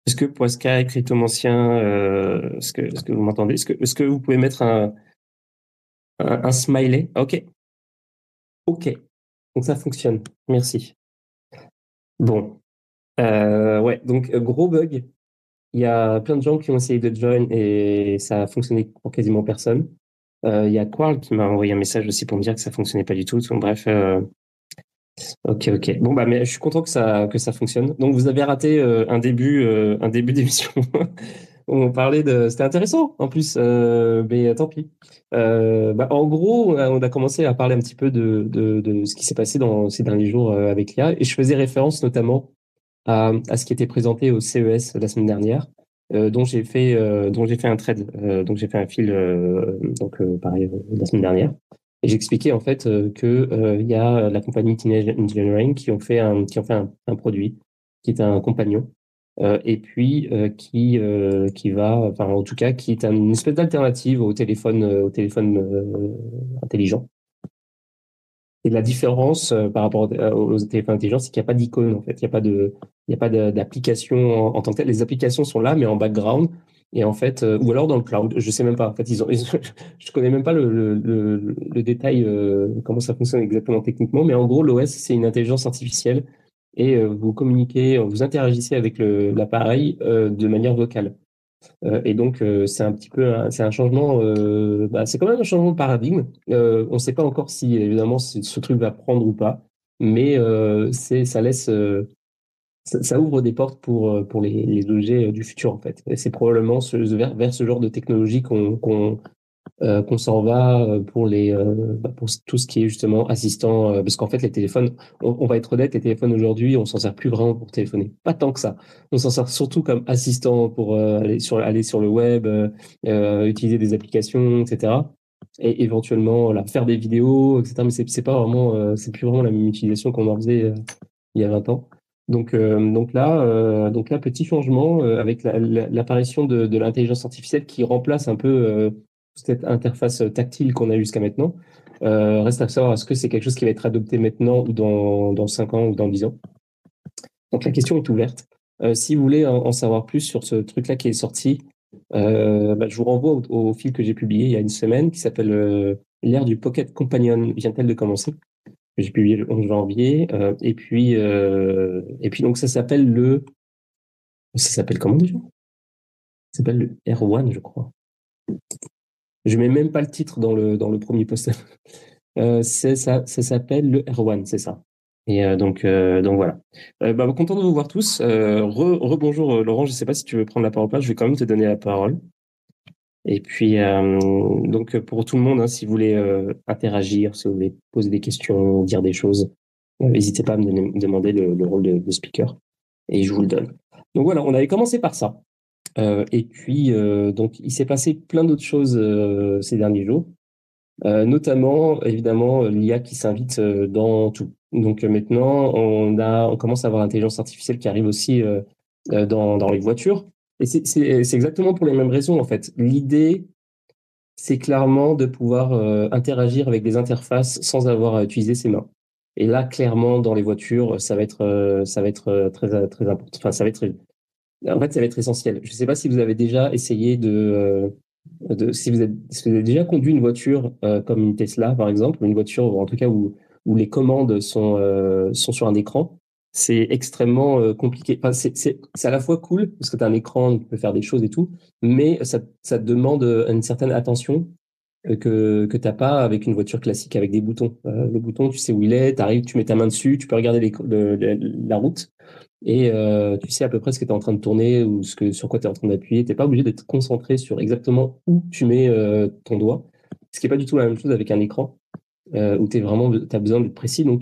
Est-ce que Poiscaille, Cryptomancien, est-ce que vous m'entendez? Est-ce que vous pouvez mettre un smiley? Ok, ok. Donc ça fonctionne. Merci. Bon, ouais. Donc gros bug. Il y a plein de gens qui ont essayé de join et ça a fonctionné pour quasiment personne. Il y a Quarl qui m'a envoyé un message aussi pour me dire que ça fonctionnait pas du tout. Donc, bref, ok, ok. Bon bah, mais je suis content que ça fonctionne. Donc vous avez raté un début d'émission. On parlait de, c'était intéressant en plus, mais tant pis. Bah, en gros, on a commencé à parler un petit peu de ce qui s'est passé dans ces derniers jours avec l'IA, et je faisais référence notamment à ce qui était présenté au CES la semaine dernière, dont j'ai fait un thread, donc j'ai fait un fil, donc pareil la semaine dernière, et j'expliquais en fait que il y a la compagnie Teenage Engineering qui ont fait un produit qui est un compagnon, et puis qui va, enfin en tout cas, qui est une espèce d'alternative au téléphone intelligent. Et la différence par rapport aux téléphones intelligents, c'est qu'il n'y a pas d'icône en fait, d'application en tant que telle. Les applications sont là, mais en background. Et en fait, ou alors dans le cloud, je sais même pas. En fait, je connais même pas le détail, comment ça fonctionne exactement techniquement. Mais en gros, l'OS, c'est une intelligence artificielle et vous communiquez, vous interagissez avec l'appareil de manière vocale. Et donc, c'est un petit peu, c'est un changement, bah, c'est quand même un changement de paradigme. On ne sait pas encore si, évidemment, ce truc va prendre ou pas, mais ça laisse, ça ouvre des portes pour les objets du futur, en fait. Et c'est probablement vers ce genre de technologie qu'on s'en va pour tout ce qui est justement assistant, parce qu'en fait les téléphones, on va être honnête, les téléphones aujourd'hui, on s'en sert plus vraiment pour téléphoner, pas tant que ça. On s'en sert surtout comme assistant pour aller sur le web, utiliser des applications, etc. Et éventuellement là, faire des vidéos, etc. Mais c'est pas vraiment, c'est plus vraiment la même utilisation qu'on en faisait il y a 20 ans. Donc là, petit changement avec l'apparition de l'intelligence artificielle qui remplace un peu cette interface tactile qu'on a jusqu'à maintenant. Reste à savoir, est-ce que c'est quelque chose qui va être adopté maintenant ou dans 5 ans ou dans 10 ans? Donc la question est ouverte. Si vous voulez en savoir plus sur ce truc-là qui est sorti, bah, je vous renvoie au fil que j'ai publié il y a une semaine qui s'appelle L'ère du Pocket Companion vient-elle de commencer? J'ai publié le 11 janvier. Et puis donc ça s'appelle comment déjà? Ça s'appelle le R1, je crois. Je mets même pas le titre dans le premier post. Ça s'appelle le R1, c'est ça. Et donc voilà. Bah, content de vous voir tous. Rebonjour Laurent, je sais pas si tu veux prendre la parole ou pas, je vais quand même te donner la parole. Et puis donc pour tout le monde, hein, si vous voulez interagir, si vous voulez poser des questions, dire des choses, n'hésitez pas à me demander le rôle de speaker et je vous le donne. Donc voilà, on avait commencé par ça. Et puis donc il s'est passé plein d'autres choses ces derniers jours. Notamment, évidemment, l'IA qui s'invite dans tout. Donc maintenant, on commence à avoir l'intelligence artificielle qui arrive aussi dans les voitures. Et c'est exactement pour les mêmes raisons, en fait. L'idée, c'est clairement de pouvoir interagir avec des interfaces sans avoir à utiliser ses mains. Et là, clairement, dans les voitures, ça va être très, très important. Enfin, en fait, ça va être essentiel. Je ne sais pas si vous avez déjà essayé si vous avez déjà conduit une voiture comme une Tesla, par exemple, une voiture, ou en tout cas où les commandes sont sur un écran. C'est extrêmement compliqué. Enfin, c'est à la fois cool parce que tu as un écran, tu peux faire des choses et tout, mais ça te demande une certaine attention que tu n'as pas avec une voiture classique avec des boutons. Le bouton, tu sais où il est, tu arrives, tu mets ta main dessus, tu peux regarder la route et tu sais à peu près ce que tu es en train de tourner ou sur quoi tu es en train d'appuyer. Tu n'es pas obligé d'être concentré sur exactement où tu mets ton doigt, ce qui n'est pas du tout la même chose avec un écran où t'as besoin d'être précis, donc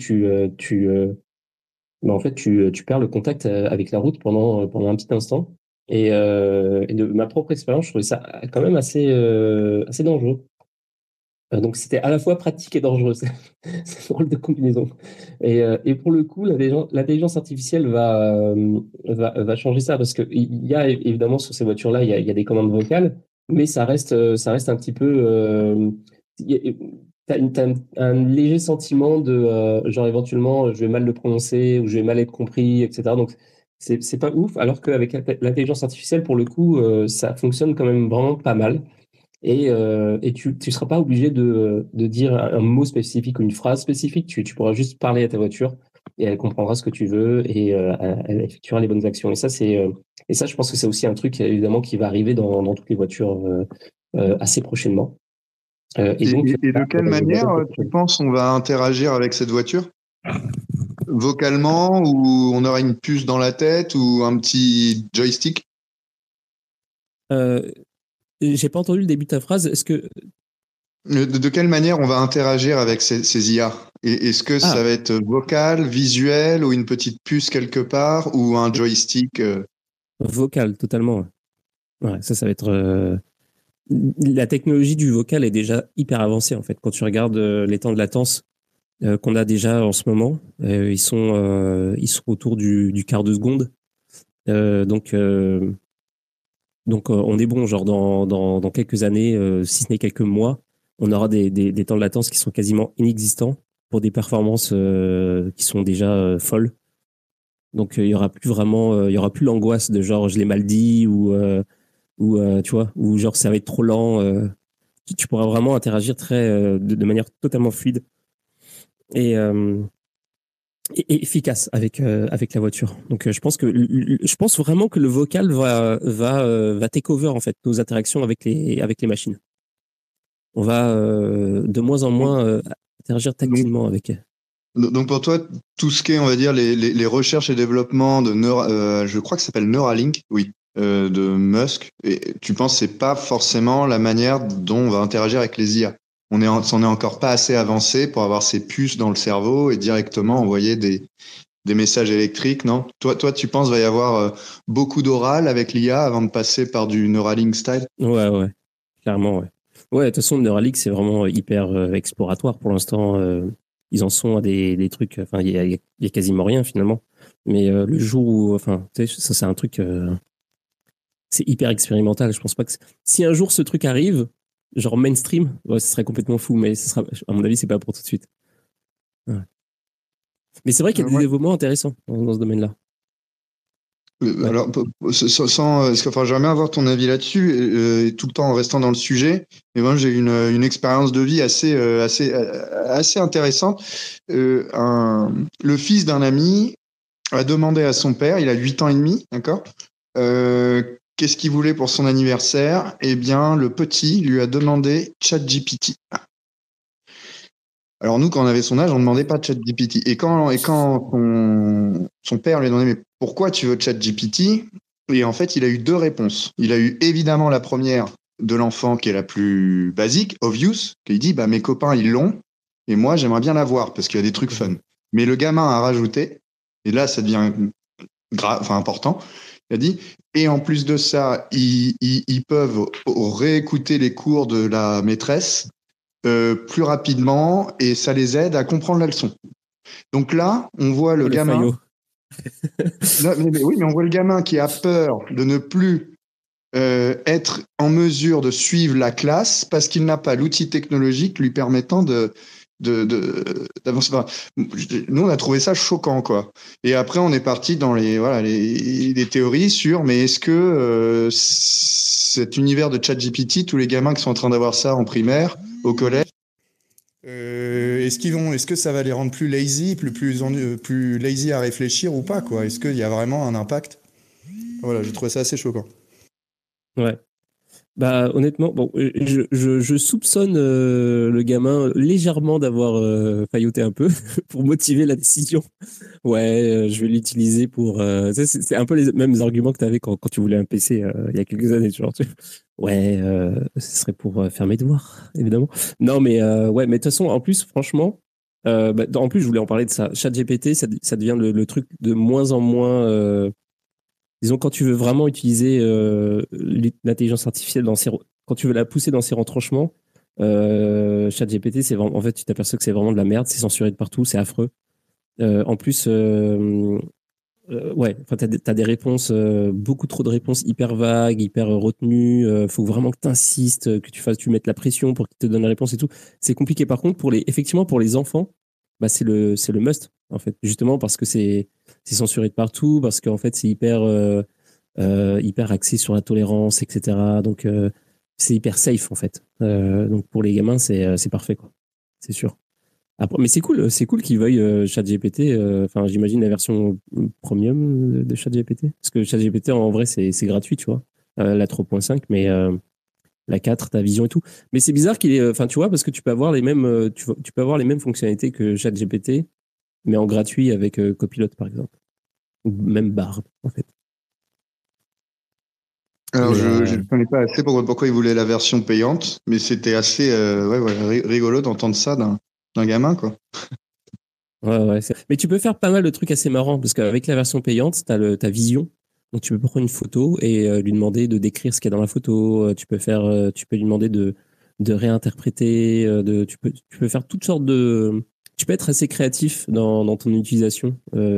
en fait, tu perds le contact avec la route pendant un petit instant. Et de ma propre expérience, je trouvais ça quand même assez dangereux. Donc c'était à la fois pratique et dangereux. C'est une drôle de combinaison. Et pour le coup, l'intelligence artificielle va changer ça parce qu'il y a évidemment sur ces voitures-là, il y a des commandes vocales, mais ça reste un petit peu. T'as un léger sentiment de genre éventuellement je vais mal le prononcer ou je vais mal être compris, etc. Donc c'est pas ouf, alors qu'avec l'intelligence artificielle, pour le coup, ça fonctionne quand même vraiment pas mal. Et tu seras pas obligé de dire un mot spécifique ou une phrase spécifique. Tu pourras juste parler à ta voiture et elle comprendra ce que tu veux et elle effectuera les bonnes actions. Et ça, je pense que c'est aussi un truc évidemment qui va arriver dans toutes les voitures assez prochainement. Et donc, Et de quelle il y a manière d'autres tu choses. penses on va interagir avec cette voiture? Vocalement, ou on aura une puce dans la tête, ou un petit joystick? Euh, j'ai pas entendu le début de ta phrase. Est-ce que De quelle manière on va interagir avec ces IA? Est-ce que ça ah va être vocal, visuel, ou une petite puce quelque part, ou un joystick? vocal totalement. Ouais, ça va être la technologie du vocal est déjà hyper avancée en fait. Quand tu regardes les temps de latence qu'on a déjà en ce moment, ils sont autour du quart de seconde. Euh, donc euh, donc on est bon, genre dans quelques années, si ce n'est quelques mois, on aura des temps de latence qui sont quasiment inexistants pour des performances qui sont déjà folles. Donc il y aura plus vraiment, il y aura plus l'angoisse de genre je l'ai mal dit ou tu vois, ou genre ça va être trop lent. Tu pourras vraiment interagir de manière totalement fluide et, euh, et efficace avec la voiture. Donc je pense vraiment que le vocal va take over en fait nos interactions avec les machines. On va de moins en Donc, moins interagir donc, tactilement avec elles. donc pour toi, tout ce qui est, on va dire, les recherches et développements je crois que ça s'appelle Neuralink, oui, de Musk, et tu penses que c'est pas forcément la manière dont on va interagir avec les IA? On est encore pas assez avancé pour avoir ces puces dans le cerveau et directement envoyer des messages électriques, non? Tu penses qu'il va y avoir beaucoup d'oral avec l'IA avant de passer par du Neuralink style? Ouais, clairement, ouais. Ouais, de toute façon, Neuralink, c'est vraiment hyper exploratoire pour l'instant. Ils en sont à des trucs, enfin, il y a quasiment rien finalement. Mais le jour où, enfin, tu sais, ça, c'est un truc, c'est hyper expérimental. Je pense pas que si un jour ce truc arrive, genre mainstream, ouais, ce serait complètement fou, mais ce sera, à mon avis, c'est pas pour tout de suite. Ouais. Mais c'est vrai qu'il y a des Ouais. développements intéressants dans ce domaine-là. Ouais. Alors, parce que, enfin, j'aimerais bien avoir ton avis là-dessus, et tout le temps en restant dans le sujet. Et moi, j'ai une expérience de vie assez intéressante. Le fils d'un ami a demandé à son père, il a 8 ans et demi, d'accord? Qu'est-ce qu'il voulait pour son anniversaire? Eh bien, le petit lui a demandé ChatGPT. Alors nous, quand on avait son âge, on ne demandait pas ChatGPT. Et quand son père lui a demandé, mais pourquoi tu veux ChatGPT? Et en fait, il a eu deux réponses. Il a eu évidemment la première de l'enfant, qui est la plus basique, obvious, qui dit, bah mes copains ils l'ont et moi j'aimerais bien l'avoir parce qu'il y a des trucs fun. Mhm. Mais le gamin a rajouté, et là ça devient grave, enfin important. Il a dit, et en plus de ça, ils peuvent réécouter les cours de la maîtresse plus rapidement, et ça les aide à comprendre la leçon. Donc là, on voit le Oh, le gamin. faillot. Là, oui, mais on voit le gamin qui a peur de ne plus être en mesure de suivre la classe parce qu'il n'a pas l'outil technologique lui permettant d'avancer. Enfin, nous, on a trouvé ça choquant, quoi. Et après, on est parti dans les théories sur, mais est-ce que cet univers de ChatGPT, tous les gamins qui sont en train d'avoir ça en primaire, au collège, est-ce que ça va les rendre plus lazy, plus lazy à réfléchir ou pas, quoi? Est-ce qu'il y a vraiment un impact? Voilà, j'ai trouvé ça assez choquant. Ouais. Bah honnêtement, bon, je soupçonne le gamin légèrement d'avoir failloté un peu pour motiver la décision. Ouais, je vais l'utiliser pour. C'est un peu les mêmes arguments que tu avais quand tu voulais un PC il y a quelques années, genre. Ouais, ce serait pour faire mes devoirs, évidemment. Non, mais ouais, mais de toute façon, en plus, franchement, en plus, je voulais en parler de ça. ChatGPT, ça devient le truc de moins en moins. Disons, quand tu veux vraiment utiliser l'intelligence artificielle quand tu veux la pousser dans ses retranchements, ChatGPT, c'est vraiment, en fait, tu t'aperçois que c'est vraiment de la merde, c'est censuré de partout, c'est affreux. En plus, ouais, enfin, t'as des réponses, beaucoup trop de réponses hyper vagues, hyper retenues. Faut vraiment que tu insistes, tu mettes la pression pour qu'il te donne la réponse et tout. C'est compliqué. Par contre, effectivement, pour les enfants, bah, c'est le must. en fait, justement parce que c'est censuré de partout, parce qu'en fait c'est hyper axé sur la tolérance, etc. Donc c'est hyper safe en fait. Donc pour les gamins c'est parfait quoi, c'est sûr. Après, mais c'est cool qu'ils veuillent ChatGPT. Enfin, j'imagine la version premium de ChatGPT, parce que ChatGPT en vrai c'est gratuit, tu vois. La 3.5, mais la 4, ta vision et tout. Mais c'est bizarre qu'il est, enfin tu vois, parce que tu peux avoir les mêmes, tu peux avoir les mêmes fonctionnalités que ChatGPT, mais en gratuit avec Copilot par exemple, ou même Bard en fait. Alors, Mais je ne connais pas assez pourquoi ils voulaient la version payante, mais c'était assez rigolo d'entendre ça d'un gamin, quoi. ouais. Mais tu peux faire pas mal de trucs assez marrants, parce qu'avec la version payante, tu as ta vision. Donc tu peux prendre une photo et lui demander de décrire ce qu'il y a dans la photo. Tu peux lui demander de réinterpréter. Tu peux faire toutes sortes de. Tu peux être assez créatif dans ton utilisation.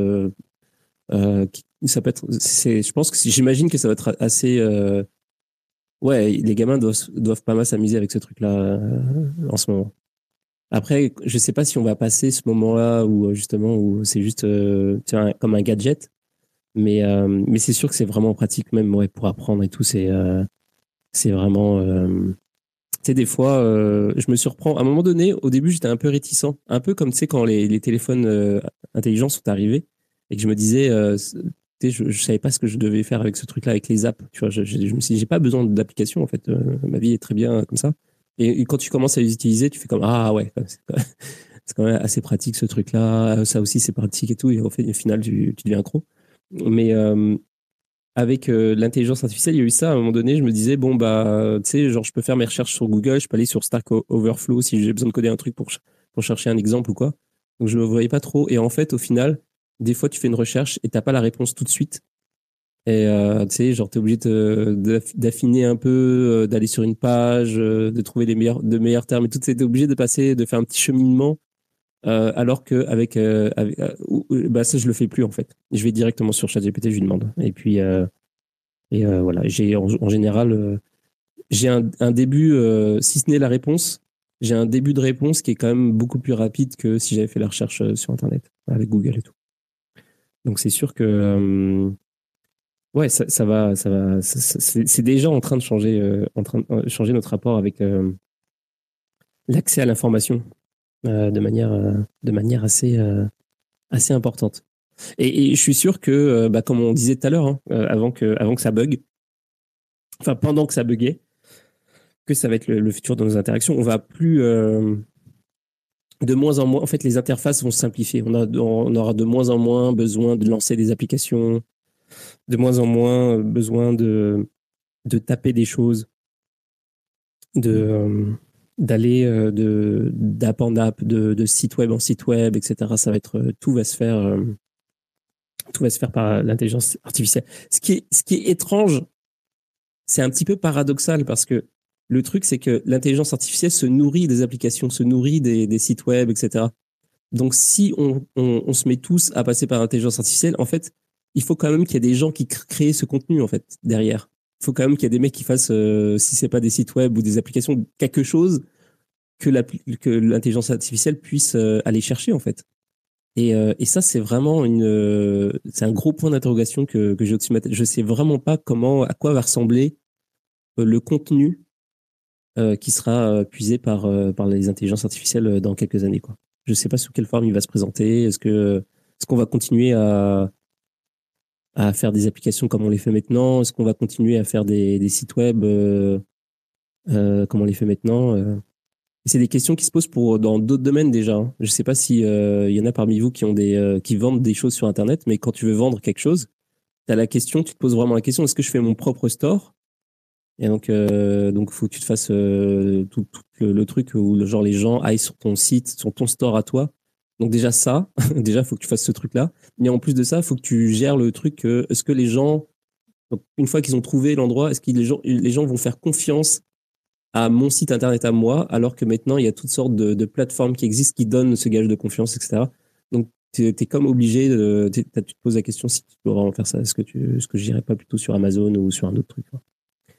Ça peut être. Je pense que j'imagine que ça va être assez. Ouais, les gamins doivent pas mal s'amuser avec ce truc-là en ce moment. Après, je sais pas si on va passer ce moment-là où justement où c'est juste tiens, comme un gadget, mais c'est sûr que c'est vraiment pratique même ouais, pour apprendre et tout. C'est vraiment. Tu sais, des fois, je me surprends. À un moment donné, au début, j'étais un peu réticent, un peu comme tu sais quand les téléphones intelligents sont arrivés et que je me disais, tu sais, je savais pas ce que je devais faire avec ce truc-là, avec les apps. Tu vois, je me suis dit, j'ai pas besoin d'application en fait. Ma vie est très bien comme ça. Et quand tu commences à les utiliser, tu fais comme ah ouais, c'est quand même assez pratique ce truc-là. Ça aussi, c'est pratique et tout. Et au final, tu deviens accro. Mais avec l'intelligence artificielle, il y a eu ça à un moment donné. Je me disais, bon, bah, tu sais, genre, je peux faire mes recherches sur Google, je peux aller sur Stack Overflow si j'ai besoin de coder un truc pour chercher un exemple ou quoi. Donc, je me voyais pas trop. Et en fait, au final, des fois, tu fais une recherche et t'as pas la réponse tout de suite. Et tu sais, genre, t'es obligé d'affiner un peu, d'aller sur une page, de trouver de meilleurs termes et tout. T'es obligé de faire un petit cheminement. Alors que bah ça je le fais plus en fait. Je vais directement sur ChatGPT, je lui demande. Et puis voilà, j'ai en général j'ai un début, si ce n'est la réponse, j'ai un début de réponse qui est quand même beaucoup plus rapide que si j'avais fait la recherche sur Internet avec Google et tout. Donc c'est sûr que ouais, c'est déjà en train de changer, en train de changer notre rapport avec l'accès à l'information de manière assez importante. Et je suis sûr que, bah, comme on disait tout à l'heure, hein, avant que ça bug, enfin pendant que ça buguait, que ça va être le futur de nos interactions, on va plus de moins en moins. En fait, les interfaces vont se simplifier. On aura de moins en moins besoin de lancer des applications, de moins en moins besoin de taper des choses, de d'aller d'app en app, de site web en site web, etc. Ça va être tout va se faire par l'intelligence artificielle. Ce qui est étrange, c'est un petit peu paradoxal parce que le truc, c'est que l'intelligence artificielle se nourrit des applications, se nourrit des sites web, etc. Donc, si on se met tous à passer par l'intelligence artificielle, en fait, il faut quand même qu'il y ait des gens qui créent ce contenu, en fait, derrière. Il faut quand même qu'il y ait des mecs qui fassent, si c'est pas des sites web ou des applications, quelque chose que l'intelligence artificielle puisse aller chercher, en fait. Et ça, c'est vraiment c'est un gros point d'interrogation que j'ai au-dessus de ma tête. Je sais vraiment pas à quoi va ressembler le contenu qui sera puisé par les intelligences artificielles dans quelques années, quoi. Je sais pas sous quelle forme il va se présenter. Est-ce qu'on va continuer à faire des applications comme on les fait maintenant? Est-ce qu'on va continuer à faire des sites web comme on les fait maintenant? Et c'est des questions qui se posent dans d'autres domaines déjà, hein. Je sais pas si y en a parmi vous qui vendent des choses sur Internet, mais quand tu veux vendre quelque chose, tu te poses vraiment la question, est-ce que je fais mon propre store? Et donc faut que tu te fasses tout le truc où genre les gens aillent sur ton site, sur ton store à toi. Donc déjà ça, déjà faut que tu fasses ce truc-là. Mais en plus de ça, faut que tu gères le truc. Est-ce que les gens, donc, une fois qu'ils ont trouvé l'endroit, est-ce que les gens vont faire confiance à mon site internet à moi, alors que maintenant il y a toutes sortes de plateformes qui existent qui donnent ce gage de confiance, etc. Donc tu es comme obligé tu te poses la question si tu dois vraiment faire ça. Est-ce que je n'irais pas plutôt sur Amazon ou sur un autre truc, quoi.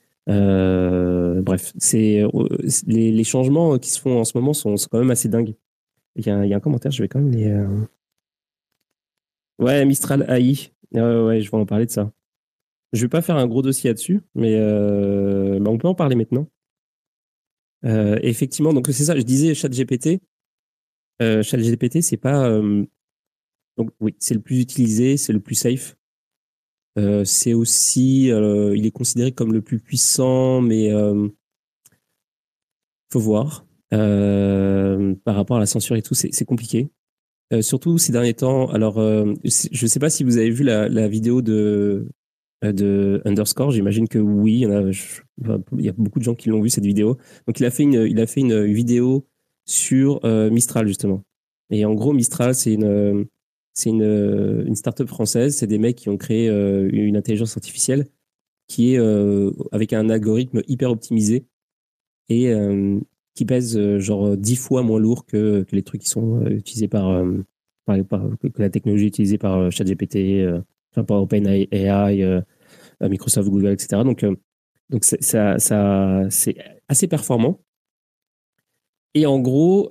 Bref, les changements qui se font en ce moment sont quand même assez dingues. Il y a un commentaire, je vais quand même Ouais, Mistral AI. Ouais, je vais en parler de ça. Je vais pas faire un gros dossier là-dessus, mais on peut en parler maintenant. Effectivement, donc c'est ça, je disais ChatGPT. ChatGPT, c'est pas. Donc oui, c'est le plus utilisé, c'est le plus safe. C'est aussi, il est considéré comme le plus puissant, mais faut voir. Par rapport à la censure et tout, c'est compliqué. Surtout ces derniers temps. Alors, je sais pas si vous avez vu la vidéo de Underscore. J'imagine que oui, il y a beaucoup de gens qui l'ont vu cette vidéo. Donc, il a fait une vidéo sur Mistral justement. Et en gros, Mistral, c'est une startup française. C'est des mecs qui ont créé une intelligence artificielle qui est avec un algorithme hyper optimisé et qui pèse genre 10 fois moins lourd que les trucs qui sont utilisés que la technologie utilisée par ChatGPT, enfin par OpenAI, Microsoft, Google, etc. Donc c'est assez performant. Et en gros,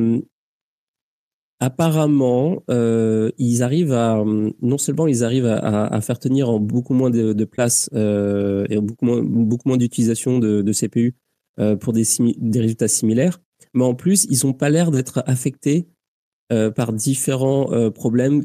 apparemment, ils arrivent non seulement ils arrivent à faire tenir en beaucoup moins de place et beaucoup moins d'utilisation de CPU pour des résultats similaires, mais en plus, ils n'ont pas l'air d'être affectés par différents problèmes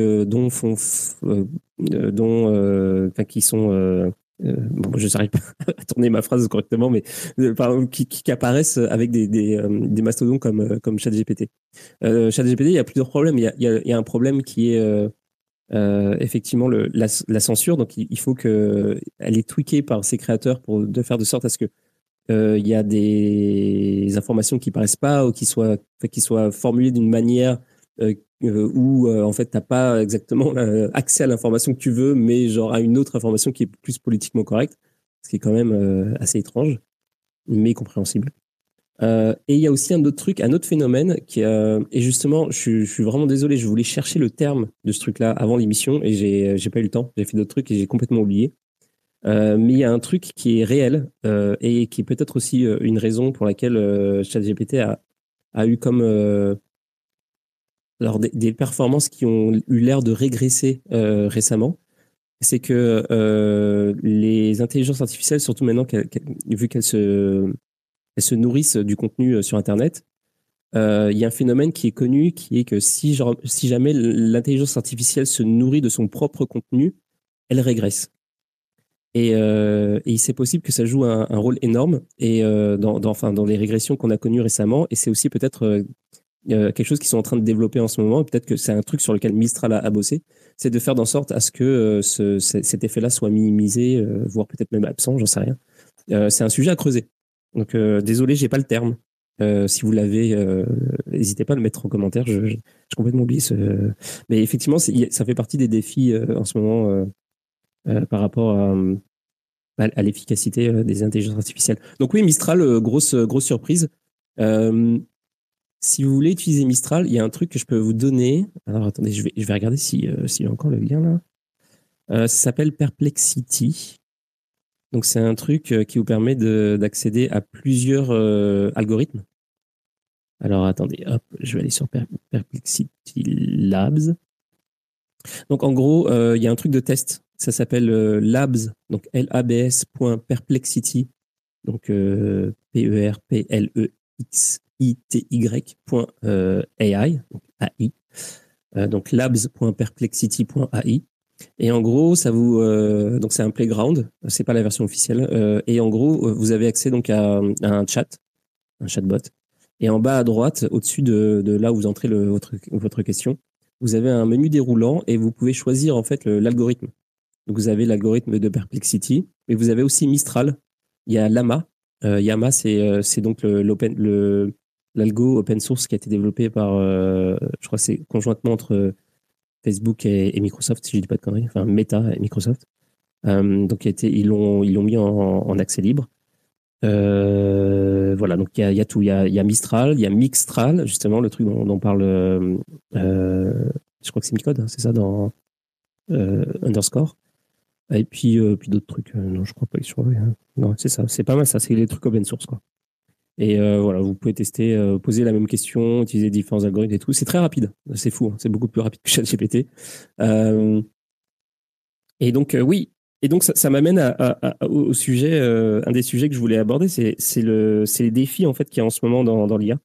qui sont bon, je n'arrive pas à tourner ma phrase correctement, mais qui apparaissent avec des mastodons comme ChatGPT. ChatGPT, il y a plusieurs problèmes. Il y a un problème qui est effectivement la censure. Donc, il faut qu'elle est tweakée par ses créateurs de faire de sorte à ce que il y a des informations qui paraissent pas ou qui soient formulées d'une manière où en fait t'as pas exactement accès à l'information que tu veux, mais genre à une autre information qui est plus politiquement correcte, ce qui est quand même assez étrange, mais compréhensible. Et il y a aussi un autre truc, un autre phénomène et justement, je suis vraiment désolé, je voulais chercher le terme de ce truc-là avant l'émission et j'ai pas eu le temps. J'ai fait d'autres trucs et j'ai complètement oublié. Mais il y a un truc qui est réel et qui est peut-être aussi une raison pour laquelle ChatGPT a eu comme alors des performances qui ont eu l'air de régresser récemment. C'est que les intelligences artificielles, surtout maintenant vu elles se nourrissent du contenu sur Internet, il y a un phénomène qui est connu, qui est que si jamais l'intelligence artificielle se nourrit de son propre contenu, elle régresse. Et c'est possible que ça joue un rôle énorme et dans les régressions qu'on a connues récemment. Et c'est aussi peut-être quelque chose qu'ils sont en train de développer en ce moment. Et peut-être que c'est un truc sur lequel Mistral a bossé. C'est de faire en sorte à ce que cet effet-là soit minimisé, voire peut-être même absent, j'en sais rien. C'est un sujet à creuser. Donc désolé, j'ai pas le terme. Si vous l'avez, n'hésitez pas à le mettre en commentaire. J'ai complètement oublié Mais effectivement, ça fait partie des défis en ce moment par rapport à l'efficacité des intelligences artificielles. Donc oui, Mistral, grosse surprise. Si vous voulez utiliser Mistral, il y a un truc que je peux vous donner. Alors attendez, je vais regarder s'il y a encore le lien là. Ça s'appelle Perplexity. Donc c'est un truc qui vous permet d'accéder à plusieurs algorithmes. Alors attendez, hop, je vais aller sur Perplexity Labs. Donc en gros, il y a un truc de test. Ça s'appelle labs, donc labs.perplexity, donc perplexity.ai, donc AI. Donc labs.perplexity.ai. Et en gros, donc c'est un playground, c'est pas la version officielle. Et en gros, vous avez accès donc à un chatbot. Et en bas à droite, au-dessus de là où vous entrez votre question, vous avez un menu déroulant et vous pouvez choisir en fait l'algorithme. Donc vous avez l'algorithme de Perplexity, mais vous avez aussi Mistral. Il y a Llama. Llama, c'est donc l'algo open source qui a été développé par, je crois que c'est conjointement entre Facebook et Microsoft, si je dis pas de conneries, enfin Meta et Microsoft. Donc ils l'ont mis en accès libre. Voilà, donc il y a tout. Il y a Mistral, il y a Mixtral, justement, le truc dont parle, je crois que c'est Micode, hein, c'est ça, dans Underscore. Et puis d'autres trucs. Non, je crois pas que je crois, hein. Non, c'est ça, c'est pas mal ça, c'est les trucs open source, quoi. Et voilà, vous pouvez tester, poser la même question, utiliser différents algorithmes et tout. C'est très rapide. C'est fou. Hein. C'est beaucoup plus rapide que ChatGPT. Et donc, oui. Et donc, ça m'amène au sujet, un des sujets que je voulais aborder, c'est les défis, en fait, qu'il y a en ce moment dans l'IA.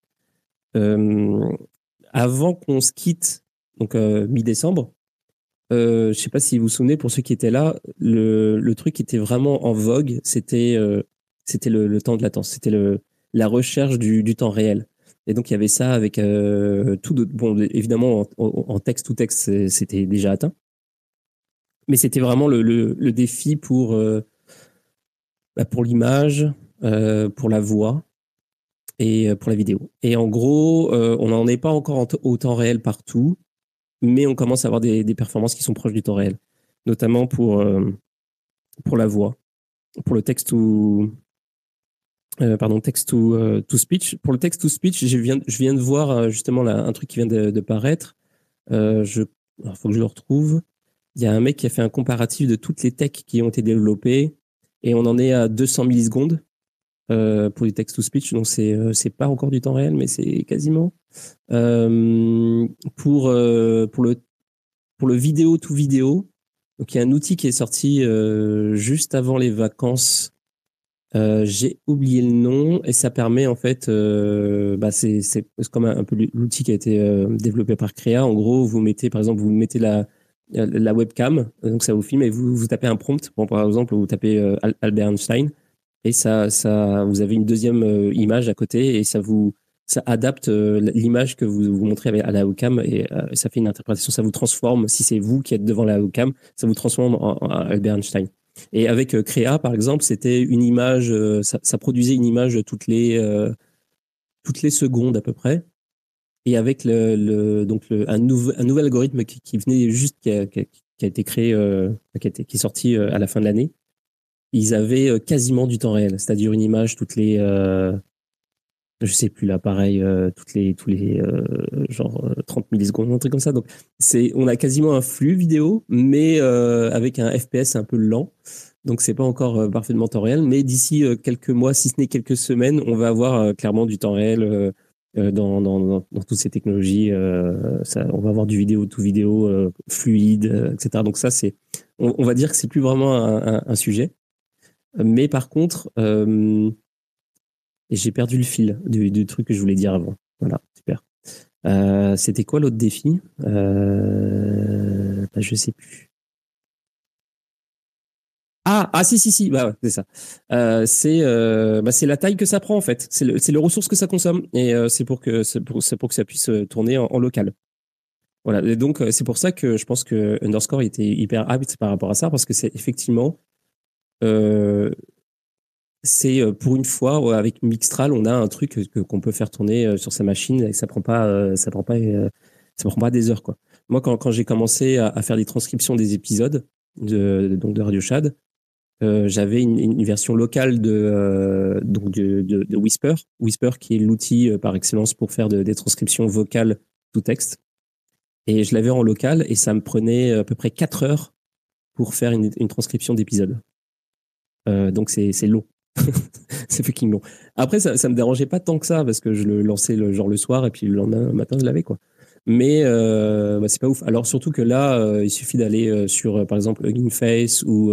Avant qu'on se quitte, donc mi-décembre, je sais pas si vous vous souvenez, pour ceux qui étaient là, le truc qui était vraiment en vogue, c'était le temps de latence, c'était la recherche du temps réel. Et donc il y avait ça avec tout d'autres. Bon, évidemment en texte to texte, c'était déjà atteint, mais c'était vraiment le défi pour l'image, pour la voix et pour la vidéo. Et en gros, on n'en est pas encore au temps réel partout, mais on commence à avoir des performances qui sont proches du temps réel, notamment pour la voix, pour le text to speech. Pour le text to speech, je viens de voir justement là, un truc qui vient de paraître. Alors, faut que je le retrouve. Il y a un mec qui a fait un comparatif de toutes les techs qui ont été développées et on en est à 200 millisecondes pour du text to speech. Donc c'est pas encore du temps réel, mais c'est quasiment. Pour le vidéo to vidéo, donc il y a un outil qui est sorti juste avant les vacances. J'ai oublié le nom et ça permet en fait, c'est comme un peu l'outil qui a été développé par Crea. En gros, vous mettez par exemple, vous mettez la webcam, donc ça vous filme et vous tapez un prompt. Bon, par exemple, vous tapez Albert Einstein et ça, vous avez une deuxième image à côté et ça adapte l'image que vous montrez à la webcam et ça fait une interprétation. Ça vous transforme. Si c'est vous qui êtes devant la webcam, ça vous transforme en Albert Einstein. Et avec Crea, par exemple, c'était une image, ça produisait une image toutes les secondes à peu près. Et avec un nouvel algorithme qui venait juste, qui a été créé, qui est sorti à la fin de l'année, ils avaient quasiment du temps réel, c'est-à-dire une image toutes les, je sais plus là, pareil, tous les genre 30 millisecondes, un truc comme ça. Donc on a quasiment un flux vidéo, mais avec un FPS un peu lent. Donc c'est pas encore parfaitement temps réel, mais d'ici quelques mois, si ce n'est quelques semaines, on va avoir clairement du temps réel dans toutes ces technologies. On va avoir du vidéo to vidéo fluide, etc. Donc ça on va dire que c'est plus vraiment un sujet. Mais par contre, j'ai perdu le fil du truc que je voulais dire avant. Voilà, super. C'était quoi l'autre défi? Je sais plus. Si, bah ouais, c'est ça. C'est la taille que ça prend en fait. C'est les ressources que ça consomme et c'est pour que ça puisse tourner en local. Voilà. Et donc c'est pour ça que je pense que Underscore était hyper apte par rapport à ça parce que c'est effectivement c'est pour une fois avec Mixtral, on a un truc qu'on peut faire tourner sur sa machine et ça prend pas des heures quoi. Moi quand j'ai commencé à faire des transcriptions des épisodes de Radio Shad, j'avais une version locale de Whisper qui est l'outil par excellence pour faire des transcriptions vocales tout texte. Et je l'avais en local et ça me prenait à peu près 4 heures pour faire une transcription d'épisode. Donc c'est long. C'est fucking long. Après, ça me dérangeait pas tant que ça parce que je le lançais le soir et puis le lendemain matin, je l'avais quoi. Mais c'est pas ouf. Alors surtout que là, il suffit d'aller sur, par exemple, Hugging Face ou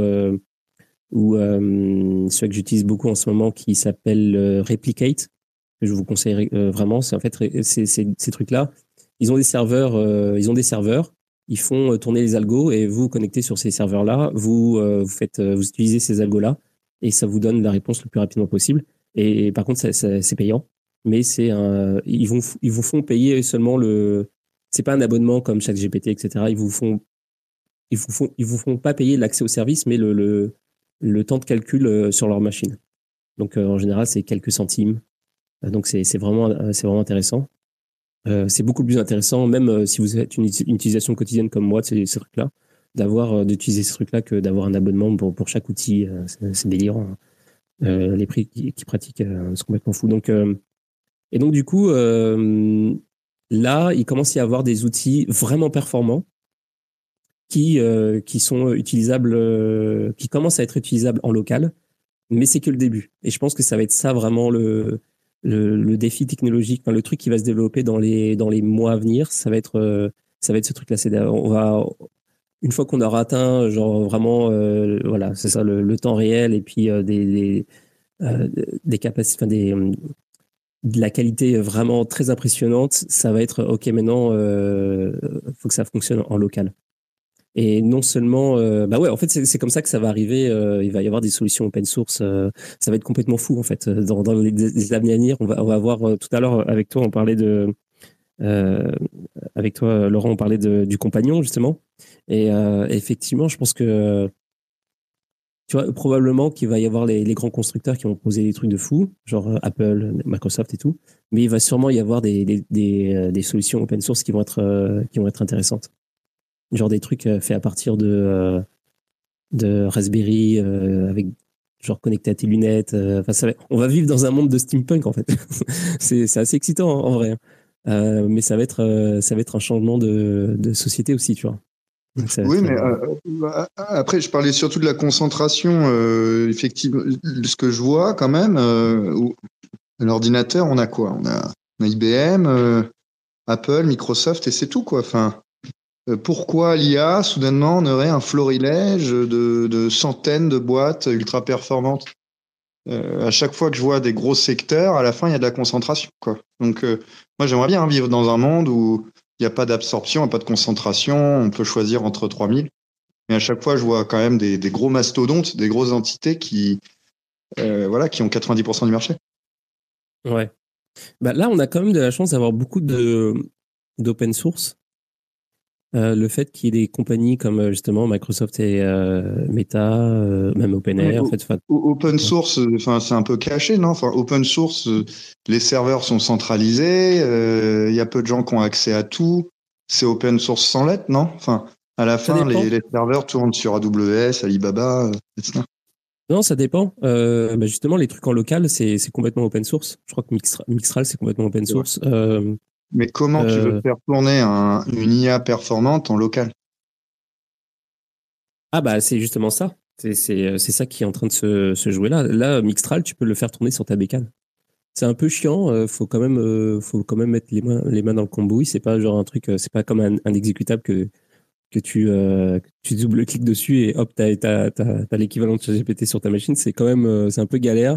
celui que j'utilise beaucoup en ce moment qui s'appelle Replicate, que je vous conseille vraiment. C'est en fait ces trucs-là. Ils ont des serveurs. Ils font tourner les algos et vous connectez sur ces serveurs-là. Vous utilisez ces algos-là et ça vous donne la réponse le plus rapidement possible. Et par contre, c'est payant, mais ils vous font payer seulement c'est pas un abonnement comme ChatGPT, etc. Ils vous font pas payer l'accès au service, mais le temps de calcul sur leur machine. Donc en général, c'est quelques centimes. Donc c'est vraiment intéressant. C'est beaucoup plus intéressant, même si vous êtes une utilisation quotidienne comme moi de ces trucs-là, d'utiliser ces trucs-là que d'avoir un abonnement pour chaque outil. C'est délirant. Hein. Les prix qui pratiquent sont complètement fous. Donc, et donc du coup, là, il commence à y avoir des outils vraiment performants qui sont utilisables, qui commencent à être utilisables en local. Mais c'est que le début. Et je pense que ça va être ça vraiment le défi technologique, enfin, le truc qui va se développer dans les mois à venir. Ça va être ce truc-là. Une fois qu'on aura atteint, genre vraiment, voilà, c'est ça, le temps réel et puis des capacités, enfin, de la qualité vraiment très impressionnante, ça va être OK, maintenant, faut que ça fonctionne en local. Et non seulement, bah ouais, en fait, c'est comme ça que ça va arriver. Il va y avoir des solutions open source. Ça va être complètement fou, en fait. Dans les années à venir, on va avoir tout à l'heure avec toi, on parlait avec toi, Laurent, on parlait du compagnon justement. Et effectivement, je pense que tu vois probablement qu'il va y avoir les grands constructeurs qui vont poser des trucs de fou, genre Apple, Microsoft et tout. Mais il va sûrement y avoir des solutions open source qui vont être intéressantes. Genre des trucs faits à partir de Raspberry avec genre connecté à tes lunettes. On va vivre dans un monde de steampunk en fait. c'est assez excitant en vrai. Mais ça va être un changement de société aussi, tu vois. Donc, Oui, mais après, je parlais surtout de la concentration. Effectivement, ce que je vois quand même, un ordinateur, on a quoi? On a IBM, Apple, Microsoft, et c'est tout, quoi. Enfin, pourquoi l'IA, soudainement, on aurait un florilège de centaines de boîtes ultra performantes? À chaque fois que je vois des gros secteurs, à la fin, il y a de la concentration, quoi. Donc, moi, j'aimerais bien vivre dans un monde où il n'y a pas d'absorption, pas de concentration, on peut choisir entre 3000. Mais à chaque fois, je vois quand même des gros mastodontes, des grosses entités voilà, qui ont 90% du marché. ouais. Bah, là, on a quand même de la chance d'avoir beaucoup d'open source. Le fait qu'il y ait des compagnies comme justement Microsoft et Meta, même Mais OpenAI, en fait. open source, enfin, c'est un peu caché, non? Enfin, open source, les serveurs sont centralisés, il y a peu de gens qui ont accès à tout. C'est open source sans lettres, non? Enfin, à la Ça fin, dépend. les serveurs tournent sur AWS, Alibaba, etc. Non, ça dépend. Bah, justement, les trucs en local, c'est complètement open source. Je crois que Mixtral, c'est complètement open C'est vrai. source. Mais comment tu veux faire tourner une IA performante en local? Ah bah c'est justement ça. C'est ça qui est en train de se jouer là. Là, Mixtral, tu peux le faire tourner sur ta bécane. C'est un peu chiant. Faut quand même mettre les mains dans le cambouis. C'est pas genre un truc. C'est pas comme un exécutable que tu double-cliques dessus et hop, t'as l'équivalent de ChatGPT sur ta machine. C'est quand même c'est un peu galère.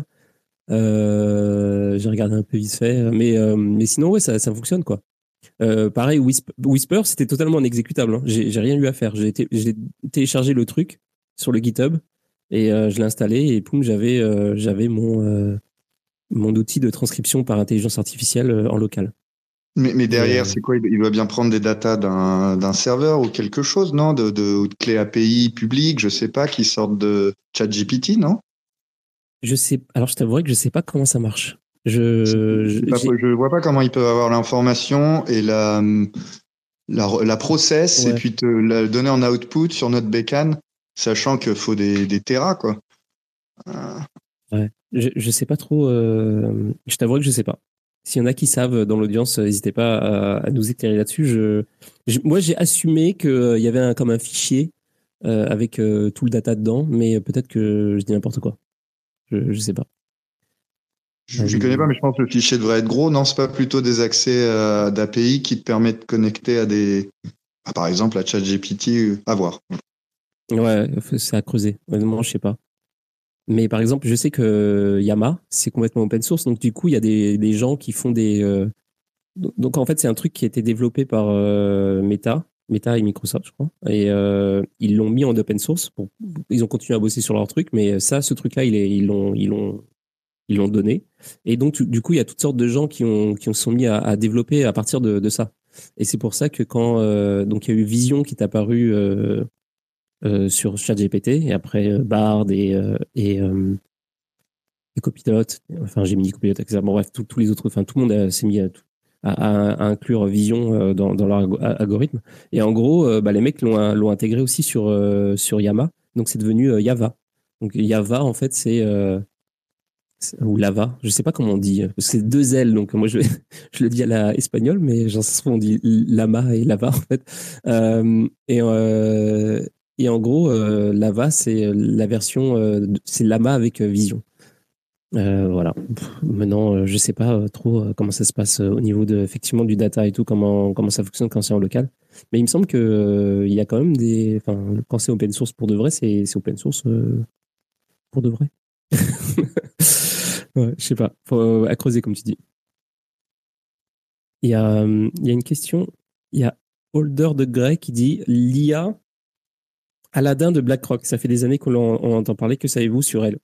J'ai regardé un peu vite fait, mais sinon ouais, ça fonctionne quoi. Pareil, Whisper, c'était totalement un exécutable. Hein. J'ai rien eu à faire. J'ai téléchargé le truc sur le GitHub et je l'ai installé et poum, j'avais mon outil de transcription par intelligence artificielle en local. Mais Et, derrière, c'est quoi? Il doit bien prendre des datas d'un serveur ou quelque chose, non? Ou de clés API publiques, je sais pas, qui sortent de ChatGPT, non? alors je t'avouerai que je sais pas comment ça marche. Je vois pas comment ils peuvent avoir l'information et la process et Ouais, puis te la donner en output sur notre bécane, sachant qu'il faut des terras, quoi. Euh, ouais. Je sais pas trop. Je t'avouerai que je sais pas. S'il y en a qui savent dans l'audience, n'hésitez pas à nous éclairer là-dessus. Moi, j'ai assumé qu'il y avait comme un fichier avec tout le data dedans, mais peut-être que je dis n'importe quoi. Je sais pas. je connais pas, mais je pense que le fichier devrait être gros. Non, c'est pas plutôt des accès d'API qui te permettent de connecter par exemple, à ChatGPT, à voir. Ouais, c'est à creuser. Honnêtement, je sais pas. Mais par exemple, je sais que Yama, c'est complètement open source, donc du coup, il y a des gens qui font donc en fait, c'est un truc qui a été développé par Meta et Microsoft, je crois. Et ils l'ont mis en open source. Ils ont continué à bosser sur leur truc, mais ce truc-là, ils l'ont donné. Et donc, du coup, il y a toutes sortes de gens qui sont mis à développer à partir de ça. Et c'est pour ça que quand donc il y a eu Vision qui est apparu sur ChatGPT et après Bard et Copilot, enfin Gemini Copilot, etc. Bon bref, tous les autres, enfin tout le monde s'est mis à inclure Vision dans leur algorithme. Et en gros, les mecs l'ont intégré aussi sur Yama. Donc c'est devenu Java. Donc Java, en fait, ou Lava, je sais pas comment on dit, parce que c'est deux L, donc moi je le dis à la espagnol, mais genre ça se trouve on dit Lama et Lava en fait. Et Et en gros, Lava, c'est la version, c'est Lama avec Vision. Voilà. Maintenant, je sais pas trop comment ça se passe au niveau de, effectivement, du data et tout, comment ça fonctionne quand c'est en local. Mais il me semble que il y a quand même enfin, quand c'est open source pour de vrai, c'est open source pour de vrai. Ouais, je sais pas. Faut à creuser, comme tu dis. Il y a une question. Il y a Holder de Grey qui dit l'IA Aladdin de BlackRock. Ça fait des années qu'on entend parler. Que savez-vous sur elle?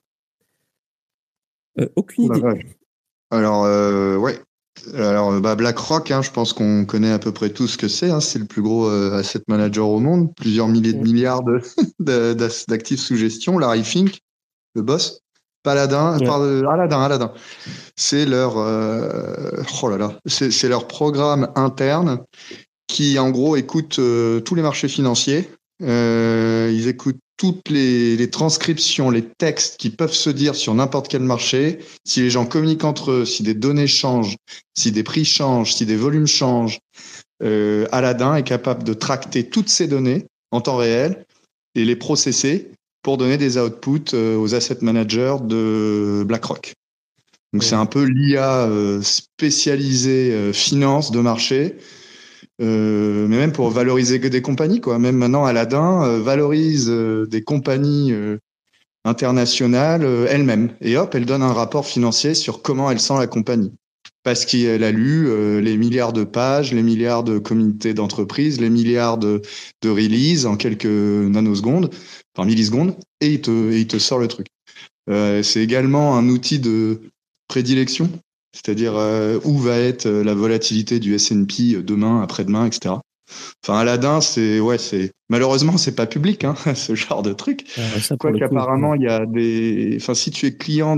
Aucune idée. Ouais. Alors, ouais. Alors, BlackRock, je pense qu'on connaît à peu près tout ce que c'est. C'est le plus gros asset manager au monde. Plusieurs milliers de milliards d'actifs sous gestion. Larry Fink, le boss. Aladdin. C'est leur, oh là là, c'est leur programme interne qui, en gros, écoute tous les marchés financiers. Ils écoutent toutes les transcriptions, les textes qui peuvent se dire sur n'importe quel marché. Si les gens communiquent entre eux, si des données changent, si des prix changent, si des volumes changent, Aladdin est capable de tracter toutes ces données en temps réel et les processer pour donner des outputs aux asset managers de BlackRock. Donc c'est un peu l'IA spécialisée finance de marché, mais même pour valoriser des compagnies, quoi. Même maintenant, Aladdin valorise des compagnies internationales elle-même. Et hop, elle donne un rapport financier sur comment elle sent la compagnie. Parce qu'elle a lu les milliards de pages, les milliards de communautés d'entreprises, les milliards de releases en quelques nanosecondes, enfin millisecondes, et il te sort le truc. C'est également un outil de prédilection, c'est-à-dire où va être la volatilité du S&P demain, après-demain, etc. Enfin, Aladdin, malheureusement, c'est pas public, ce genre de truc. Quoi qu'apparemment, il y a des. Enfin, si tu es client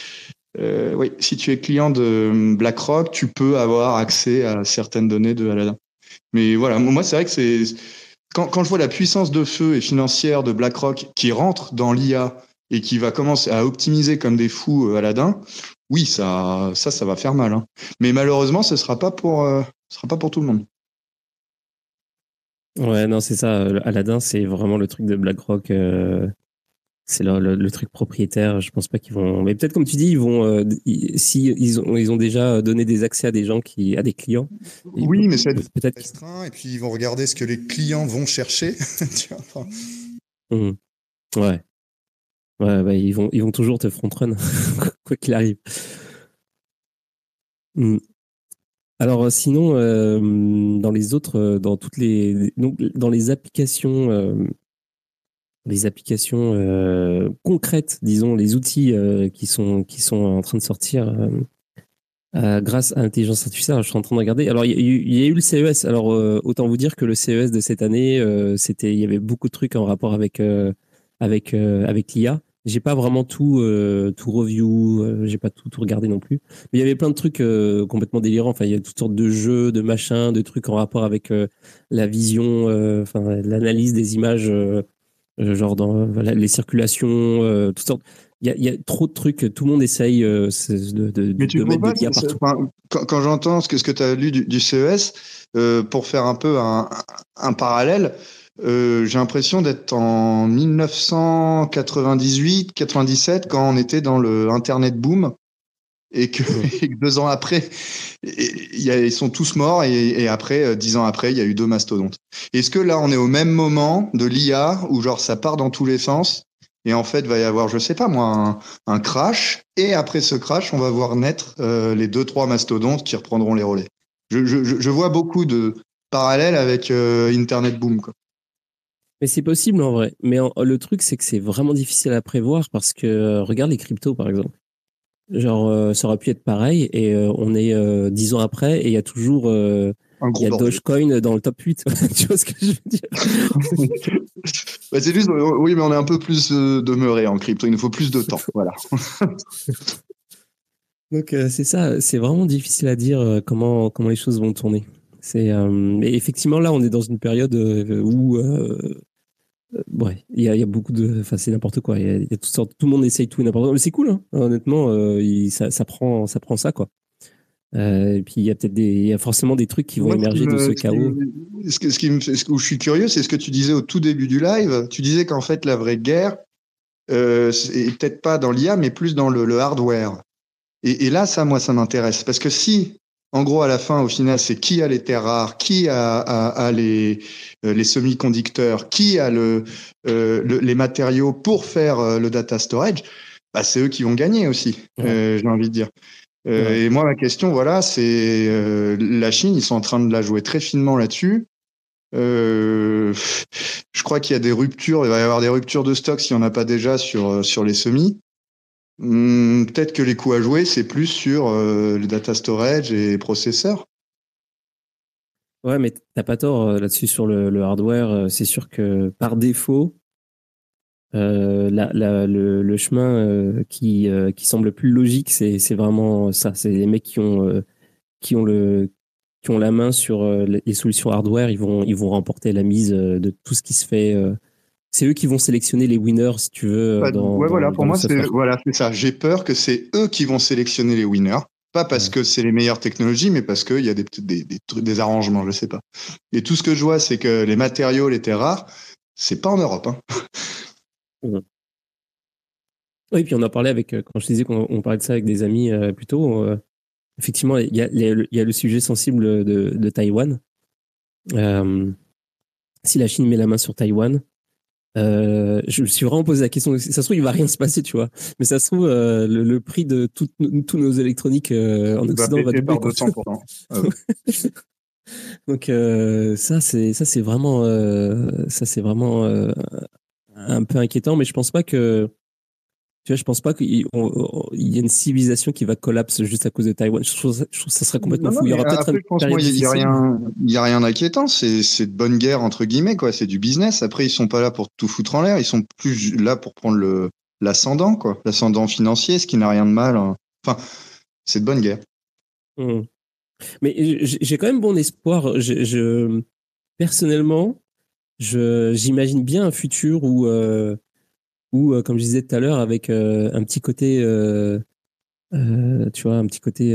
de BlackRock, tu peux avoir accès à certaines données de Aladdin. Mais voilà, moi, c'est vrai que c'est quand je vois la puissance de feu et financière de BlackRock qui rentre dans l'IA et qui va commencer à optimiser comme des fous Aladdin, oui, ça va faire mal. Mais malheureusement, ce sera pas pour tout le monde. Ouais, non, c'est ça. Aladdin, c'est vraiment le truc de BlackRock. C'est le truc propriétaire. Je pense pas qu'ils vont. Mais peut-être comme tu dis, ils vont. Si ils ont déjà donné des accès à des gens à des clients. Oui, mais c'est peut-être restreint. Et puis ils vont regarder ce que les clients vont chercher. Tu vois, enfin... Ouais. Ouais, bah, ils vont toujours te front-run, quoi qu'il arrive. Alors, sinon, dans les autres, dans toutes donc, dans les applications concrètes, disons, les outils qui sont en train de sortir grâce à l'intelligence artificielle. Alors, je suis en train de regarder. Alors, il y a eu le CES. Alors, autant vous dire que le CES de cette année, il y avait beaucoup de trucs en rapport avec l'IA. J'ai pas vraiment tout review, j'ai pas tout regardé non plus. Mais il y avait plein de trucs complètement délirants. Enfin, il y a toutes sortes de jeux, de machins, de trucs en rapport avec la vision, enfin l'analyse des images, genre dans les circulations, toutes sortes. Il y a trop de trucs. Tout le monde essaye de mettre de l'IA partout. Quand j'entends ce que tu as lu du CES, pour faire un peu un parallèle, j'ai l'impression d'être en 1998-97 quand on était dans le Internet boom et que 2 ans après, ils sont tous morts et après, 10 ans après, il y a eu 2 mastodontes. Est-ce que là, on est au même moment de l'IA où genre ça part dans tous les sens et en fait, il va y avoir, je sais pas moi, un crash et après ce crash, on va voir naître les 2-3 mastodontes qui reprendront les relais. Je vois beaucoup de parallèles avec Internet boom, quoi. Mais c'est possible en vrai. Mais le truc, c'est que c'est vraiment difficile à prévoir parce que regarde les cryptos, par exemple. Genre, ça aurait pu être pareil et on est 10 ans après et il y a toujours Dogecoin dans le top 8. Tu vois ce que je veux dire? C'est juste, oui, mais on est un peu plus demeuré en crypto. Il nous faut plus de temps. Voilà. Donc, c'est ça. C'est vraiment difficile à dire comment les choses vont tourner. Mais effectivement, là, on est dans une période où ouais, il y a beaucoup de. Enfin, c'est n'importe quoi. Il y a toutes sortes. Tout le monde essaye tout et n'importe quoi. Mais c'est cool, hein. Honnêtement, ça prend ça, quoi. Et puis il y a forcément des trucs qui vont Moi, émerger de ce chaos. où je suis curieux, c'est ce que tu disais au tout début du live. Tu disais qu'en fait, la vraie guerre, est peut-être pas dans l'IA, mais plus dans le hardware. Et là, ça, moi, ça m'intéresse. Parce que si, en gros, à la fin, au final, c'est qui a les terres rares, qui a les semi-conducteurs, qui a les matériaux pour faire le data storage, bah, c'est eux qui vont gagner aussi, Ouais. j'ai envie de dire. Ouais. Et moi, ma question, voilà, c'est la Chine, ils sont en train de la jouer très finement là-dessus. Je crois qu'il y a des ruptures, il va y avoir des ruptures de stock s'il n'y en a pas déjà sur les semis. Peut-être que les coups à jouer, c'est plus sur le data storage et processeurs. Ouais, mais t'as pas tort là-dessus sur le hardware. C'est sûr que par défaut, le chemin qui semble plus logique, c'est vraiment ça. C'est les mecs qui ont qui ont la main sur les solutions hardware. Ils vont remporter la mise de tout ce qui se fait. C'est eux qui vont sélectionner les winners, si tu veux, Bah, ouais, voilà, dans pour le moi, c'est software. voilà, c'est ça. J'ai peur que c'est eux qui vont sélectionner les winners. Pas parce Ouais. que c'est les meilleures technologies, mais parce qu'il y a des arrangements, je sais pas. Et tout ce que je vois, c'est que les matériaux, les terres rares, c'est pas en Europe. Hein. Ouais. Oui, puis on en parlait avec, quand je disais qu'on parlait de ça avec des amis plus tôt, effectivement, il y a le sujet sensible de Taïwan. Euh, si la Chine met la main sur Taïwan, je me suis vraiment posé la question. Ça se trouve, il va rien se passer, tu vois. Mais ça se trouve, le prix de tous nos électroniques en Il va Occident va péter doubler, par quoi. 200%. Ah ouais. Donc ça c'est vraiment un peu inquiétant. Mais je pense pas que tu vois, je pense pas qu'il y a une civilisation qui va collapser juste à cause de Taïwan. Je trouve que ça serait complètement Non, non, fou. Il y mais aura peut-être une après, je pense, période moi, difficile. il y a rien d'inquiétant. C'est de bonne guerre, entre guillemets, quoi. C'est du business. Après, ils sont pas là pour tout foutre en l'air. Ils sont plus là pour prendre l'ascendant, quoi. L'ascendant financier, ce qui n'a rien de mal. Hein. Enfin, c'est de bonne guerre. Hmm. Mais j'ai quand même bon espoir. Personnellement, j'imagine bien un futur où comme je disais tout à l'heure, avec un petit côté, tu vois, un petit côté,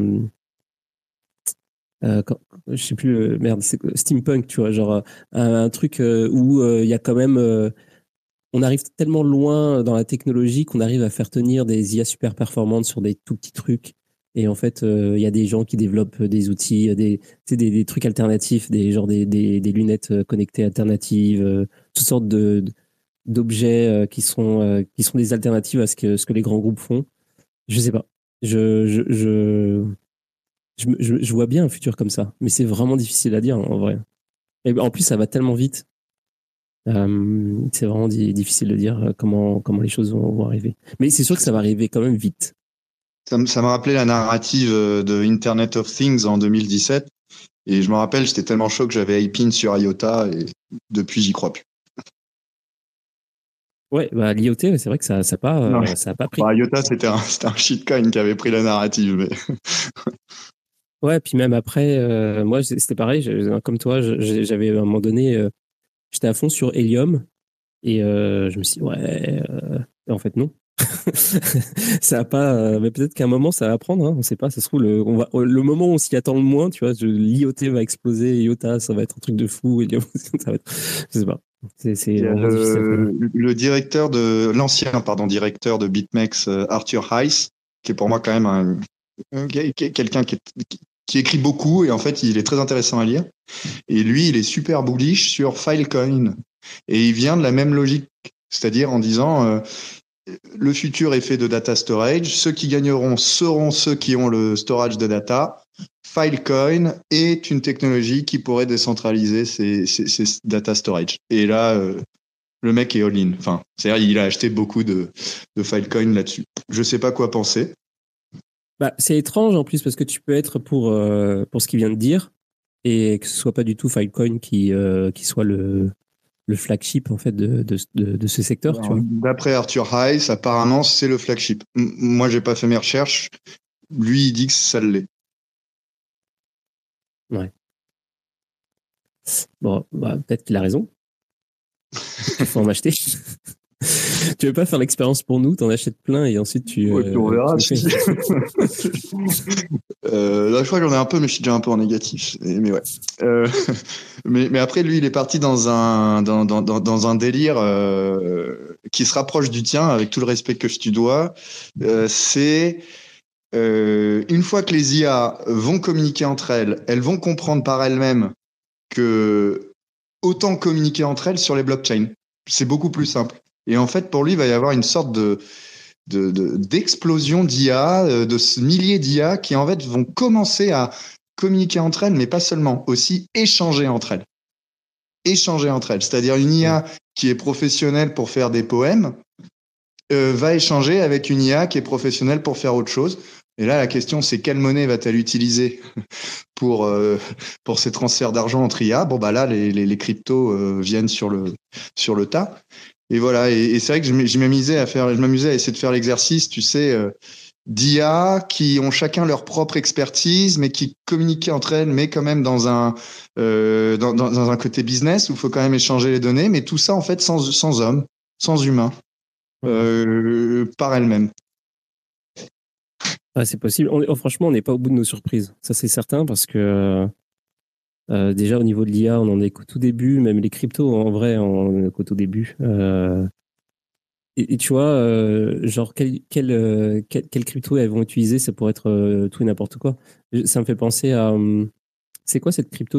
je sais plus, merde, c'est steampunk, tu vois, genre un truc où il y a quand même, on arrive tellement loin dans la technologie qu'on arrive à faire tenir des IA super performantes sur des tout petits trucs. Et en fait, il y a des gens qui développent des outils, tu sais, des trucs alternatifs, des lunettes connectées alternatives, toutes sortes d'objets qui sont des alternatives à ce que les grands groupes font. Je sais pas. Je, je, je, je vois bien un futur comme ça, mais c'est vraiment difficile à dire en vrai. Et en plus, ça va tellement vite. C'est vraiment difficile de dire comment les choses vont arriver. Mais c'est sûr que ça va arriver quand même vite. Ça m'a rappelé la narrative de Internet of Things en 2017. Et je me rappelle, j'étais tellement chaud que j'avais iPin sur IOTA et depuis, j'y crois plus. Ouais, bah, l'IoT, c'est vrai que Non, ça a pas pris. bah, IOTA, c'était un shitcoin qui avait pris la narrative. Mais... Ouais, puis même après, moi, c'était pareil. Comme toi, j'avais à un moment donné, j'étais à fond sur Helium et je me suis dit, ouais, et en fait, non. Ça a pas, mais peut-être qu'à un moment, ça va prendre. Hein, on sait pas. Ça se trouve, le moment où on s'y attend le moins, tu vois, l'IoT va exploser. IOTA, ça va être un truc de fou. Helium, ça va être, je sais pas. Il C'est y a vraiment difficile à prévoir. l'ancien, pardon, directeur de BitMEX, Arthur Heiss, qui est pour moi quand même quelqu'un qui écrit beaucoup et en fait, il est très intéressant à lire. Et lui, il est super bullish sur Filecoin. Et il vient de la même logique, c'est-à-dire en disant le futur est fait de data storage, ceux qui gagneront seront ceux qui ont le storage de data. Filecoin est une technologie qui pourrait décentraliser ces data storage. Et là, le mec est all-in. Enfin, c'est-à-dire il a acheté beaucoup de Filecoin là-dessus. Je sais pas quoi penser. Bah, c'est étrange en plus parce que tu peux être pour ce qu'il vient de dire et que ce soit pas du tout Filecoin qui soit le flagship en fait de ce secteur, tu vois. D'après Arthur Heiss, apparemment, c'est le flagship. Moi, j'ai pas fait mes recherches. Lui, il dit que ça l'est. Ouais. Bon, bah, peut-être qu'il a raison. Il faut en acheter. Tu veux pas faire l'expérience pour nous, t'en achètes plein et ensuite tu. Ouais, puis on verra. tu le fais. Là, je crois que j'en ai un peu, mais je suis déjà un peu en négatif. Mais ouais. Euh, mais après, lui, il est parti dans un délire qui se rapproche du tien, avec tout le respect que je te dois. C'est une fois que les IA vont communiquer entre elles, elles vont comprendre par elles-mêmes que autant communiquer entre elles sur les blockchains. C'est beaucoup plus simple. Et en fait, pour lui, il va y avoir une sorte d'explosion d'IA, de milliers d'IA qui en fait vont commencer à communiquer entre elles, mais pas seulement, aussi échanger entre elles. Échanger entre elles. C'est-à-dire une IA qui est professionnelle pour faire des poèmes va échanger avec une IA qui est professionnelle pour faire autre chose. Et là, la question, c'est quelle monnaie va-t-elle utiliser pour ces transferts d'argent entre IA? Bon, bah là, les cryptos viennent sur le tas. Et voilà. Et c'est vrai que je m'amusais à essayer de faire l'exercice, tu sais, d'IA qui ont chacun leur propre expertise, mais qui communiquent entre elles, mais quand même dans dans un côté business où il faut quand même échanger les données, mais tout ça, en fait, sans hommes, sans humains, par elles-mêmes. Ah, c'est possible. Franchement, on n'est pas au bout de nos surprises. Ça, c'est certain parce que déjà au niveau de l'IA, on en est qu'au tout début. Même les cryptos, en vrai, on en est qu'au tout début. Et tu vois, genre, quelle crypto elles vont utiliser, ça pourrait être tout et n'importe quoi. Ça me fait penser à. C'est quoi cette crypto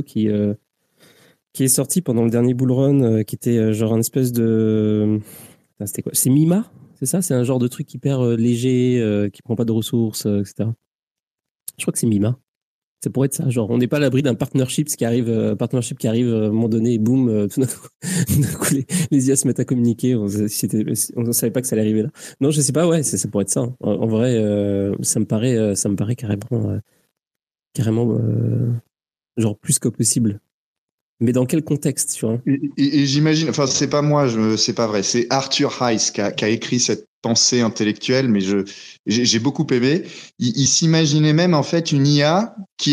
qui est sortie pendant le dernier bull run, qui était genre un espèce de. Putain, c'était quoi? C'est Mima? C'est ça? C'est un genre de truc hyper léger, qui prend pas de ressources, etc. Je crois que c'est Mima. Ça pourrait être ça. Genre, on n'est pas à l'abri d'un partnership qui arrive, à un moment donné, et boum, tout d'un coup, les IA se mettent à communiquer. On ne savait pas que ça allait arriver là. Non, je sais pas. Ouais, ça pourrait être ça. En vrai, ça me paraît carrément, genre plus que possible. Mais dans quel contexte, tu vois? Et j'imagine, enfin, c'est pas moi, c'est pas vrai, c'est Arthur Hayes qui a écrit cette pensée intellectuelle, mais j'ai beaucoup aimé. Il s'imaginait même, en fait, une IA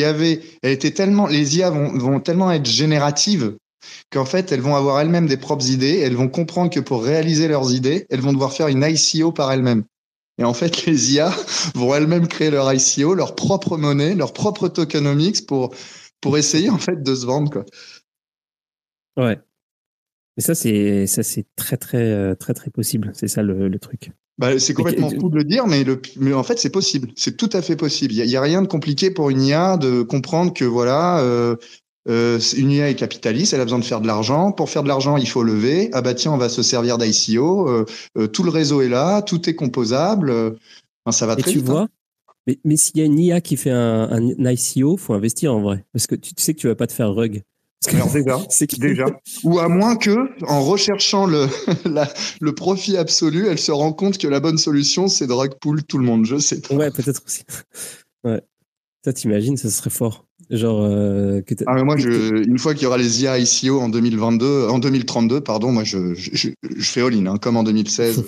les IA vont tellement être génératives qu'en fait, elles vont avoir elles-mêmes des propres idées, elles vont comprendre que pour réaliser leurs idées, elles vont devoir faire une ICO par elles-mêmes. Et en fait, les IA vont elles-mêmes créer leur ICO, leur propre monnaie, leur propre tokenomics pour essayer, en fait, de se vendre, quoi. Ouais. Mais ça, c'est très possible. C'est ça le truc. Bah, c'est complètement fou de le dire, mais en fait, c'est possible. C'est tout à fait possible. Il y a rien de compliqué pour une IA de comprendre que voilà, une IA est capitaliste, elle a besoin de faire de l'argent. Pour faire de l'argent, il faut lever. Ah bah tiens, on va se servir d'ICO. Tout le réseau est là, tout est composable. Enfin, ça va Et très tu vite. vois, mais s'il y a une IA qui fait un ICO, faut investir en vrai. Parce que tu sais que tu vas pas te faire rug. Alors déjà. Ou à moins que, en recherchant le profit absolu, elle se rend compte que la bonne solution, c'est de rug pull tout le monde. Je sais pas. Ouais, peut-être aussi. Ouais. Ça, t'imagines, ça serait fort. Genre, Ah, mais moi, une fois qu'il y aura les IA ICO en 2032, pardon, moi, je fais all-in, hein, comme en 2016.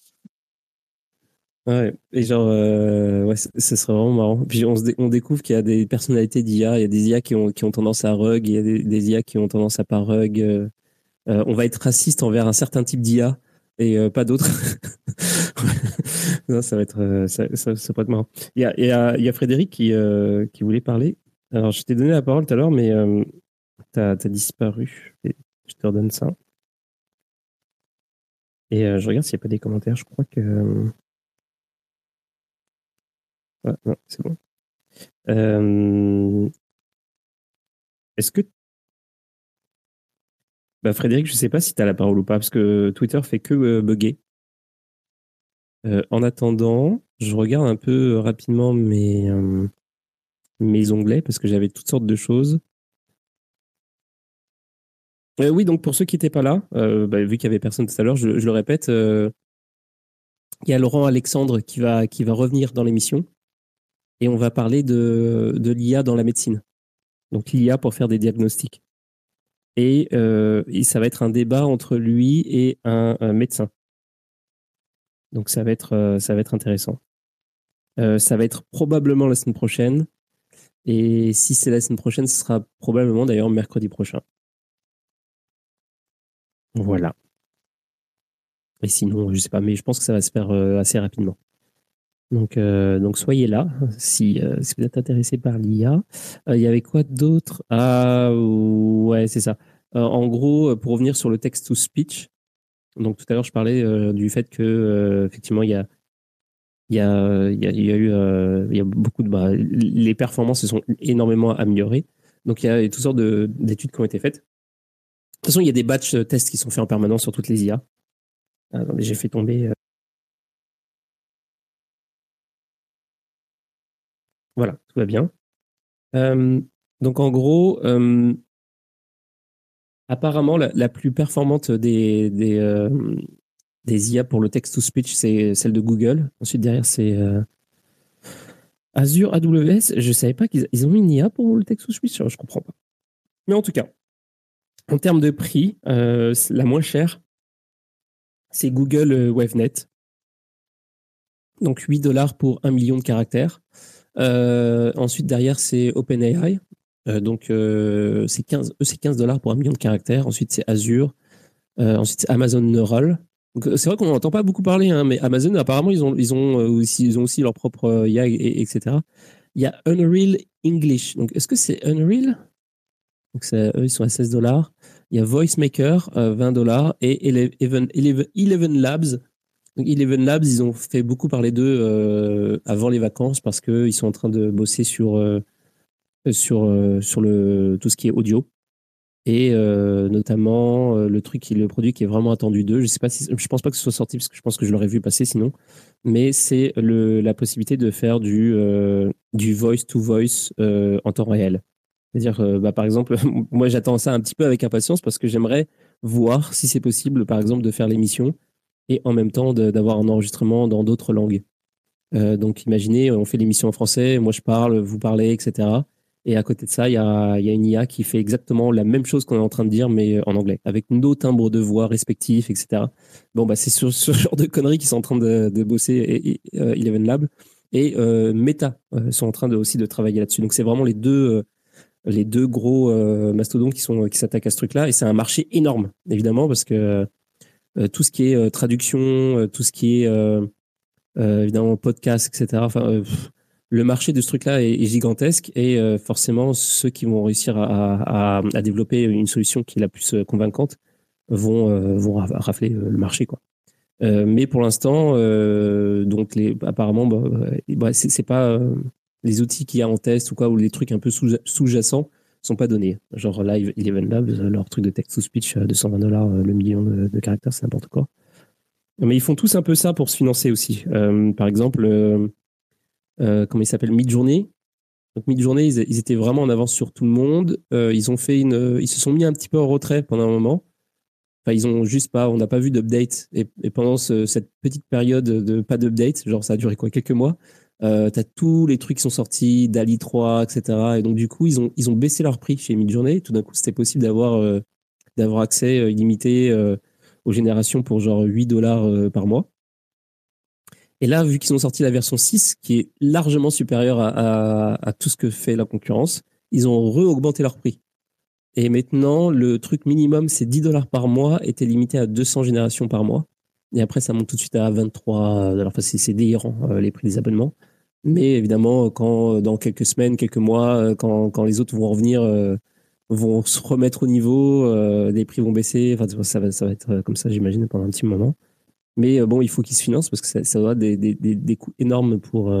ouais. Et genre, ouais, ça serait vraiment marrant. Puis on découvre qu'il y a des personnalités d'IA, il y a des IA qui ont tendance à rug, il y a des IA qui ont tendance à pas rug. On va être raciste envers un certain type d'IA et pas d'autres. Non, ça va être, ça pourrait être marrant. Il y a Frédéric qui voulait parler. Alors, je t'ai donné la parole tout à l'heure, mais t'as disparu. Et je te redonne ça. Et je regarde s'il n'y a pas des commentaires. Je crois que. Ah, non, c'est bon. Est-ce que. Bah, Frédéric, je ne sais pas si tu as la parole ou pas, parce que Twitter fait que bugger. En attendant, je regarde un peu rapidement mes onglets, parce que j'avais toutes sortes de choses. Oui, donc pour ceux qui n'étaient pas là, bah, vu qu'il n'y avait personne tout à l'heure, je le répète, il y a Laurent Alexandre qui va revenir dans l'émission et on va parler de l'IA dans la médecine. Donc l'IA pour faire des diagnostics. Et ça va être un débat entre lui et un médecin. Donc ça va être intéressant. Ça va être probablement la semaine prochaine. Et si c'est la semaine prochaine, ce sera probablement d'ailleurs mercredi prochain. Voilà. Et sinon, je sais pas, mais je pense que ça va se faire assez rapidement. Donc soyez là si vous êtes intéressé par l'IA. Il y avait quoi d'autre? Ah ouais, c'est ça. En gros, pour revenir sur le text-to-speech, donc tout à l'heure je parlais du fait que effectivement il y a beaucoup les performances se sont énormément améliorées. Donc il y a toutes sortes d'études qui ont été faites. De toute façon, il y a des batch tests qui sont faits en permanence sur toutes les IA. Attendez, j'ai fait tomber. Voilà, tout va bien. Donc en gros, apparemment la plus performante des IA pour le text-to-speech, c'est celle de Google. Ensuite, derrière, c'est Azure AWS. Je ne savais pas qu'ils ont mis une IA pour le text-to-speech. Je ne comprends pas. Mais en tout cas, en termes de prix, la moins chère, c'est Google WaveNet. Donc 8 $ pour 1 million de caractères. Ensuite, derrière, c'est OpenAI. Donc, c'est 15 $ pour 1 million de caractères. Ensuite, c'est Azure. Ensuite, c'est Amazon Neural. Donc, c'est vrai qu'on n'entend pas beaucoup parler, hein, mais Amazon, apparemment, ils ont aussi leur propre IA, etc. Il y a Unreal English. Donc, est-ce que c'est Unreal? Donc, eux, ils sont à 16 $. Il y a VoiceMaker, 20 $ et Eleven Labs. Donc, Eleven Labs, ils ont fait beaucoup parler d'eux avant les vacances parce qu'ils sont en train de bosser sur tout ce qui est audio. Et notamment le produit qui est vraiment attendu d'eux. Je pense pas que ce soit sorti parce que je pense que je l'aurais vu passer sinon. Mais c'est la possibilité de faire du voice to voice en temps réel. C'est-à-dire, par exemple, moi j'attends ça un petit peu avec impatience parce que j'aimerais voir si c'est possible, par exemple, de faire l'émission et en même temps d'avoir un enregistrement dans d'autres langues. Donc imaginez, on fait l'émission en français, moi je parle, vous parlez, etc. Et à côté de ça, il y a une IA qui fait exactement la même chose qu'on est en train de dire, mais en anglais, avec nos timbres de voix respectifs, etc. Bon, bah, c'est sur ce genre de conneries qu'ils sont en train de bosser, Eleven Lab. Et Meta sont en train aussi de travailler là-dessus. Donc c'est vraiment les deux gros mastodontes qui s'attaquent à ce truc-là. Et c'est un marché énorme, évidemment, parce que tout ce qui est traduction, tout ce qui est évidemment podcast, etc. Enfin, le marché de ce truc-là est gigantesque et forcément ceux qui vont réussir à développer une solution qui est la plus convaincante vont rafler le marché, quoi. Mais pour l'instant, donc apparemment, c'est pas les outils qu'il y a en test ou quoi, ou les trucs un peu sous-jacents sont pas donnés. Genre Live Eleven Labs, leur truc de text-to-speech de 120 $ le million de caractères, c'est n'importe quoi. Mais ils font tous un peu ça pour se financer aussi. Par exemple, comment il s'appelle, Midjourney. Donc Midjourney, ils étaient vraiment en avance sur tout le monde. Ils se sont mis un petit peu en retrait pendant un moment. Enfin, ils ont juste pas, on n'a pas vu d'update. Et pendant cette petite période de pas d'update, genre ça a duré quoi, quelques mois, t'as tous les trucs qui sont sortis, DALL-E 3, etc. Et donc du coup, ils ont baissé leur prix chez Midjourney. Tout d'un coup, c'était possible d'avoir accès illimité aux générations pour genre 8 $ par mois. Et là, vu qu'ils ont sorti la version 6, qui est largement supérieure à tout ce que fait la concurrence, ils ont re-augmenté leur prix. Et maintenant, le truc minimum, c'est 10 $ par mois, était limité à 200 générations par mois. Et après, ça monte tout de suite à 23 $. Enfin, c'est délirant, les prix des abonnements. Mais évidemment, quand dans quelques semaines, quelques mois, quand les autres vont revenir, vont se remettre au niveau, les prix vont baisser. Enfin, ça va être comme ça, j'imagine, pendant un petit moment. Mais bon, il faut qu'ils se financent parce que ça aura des coûts énormes pour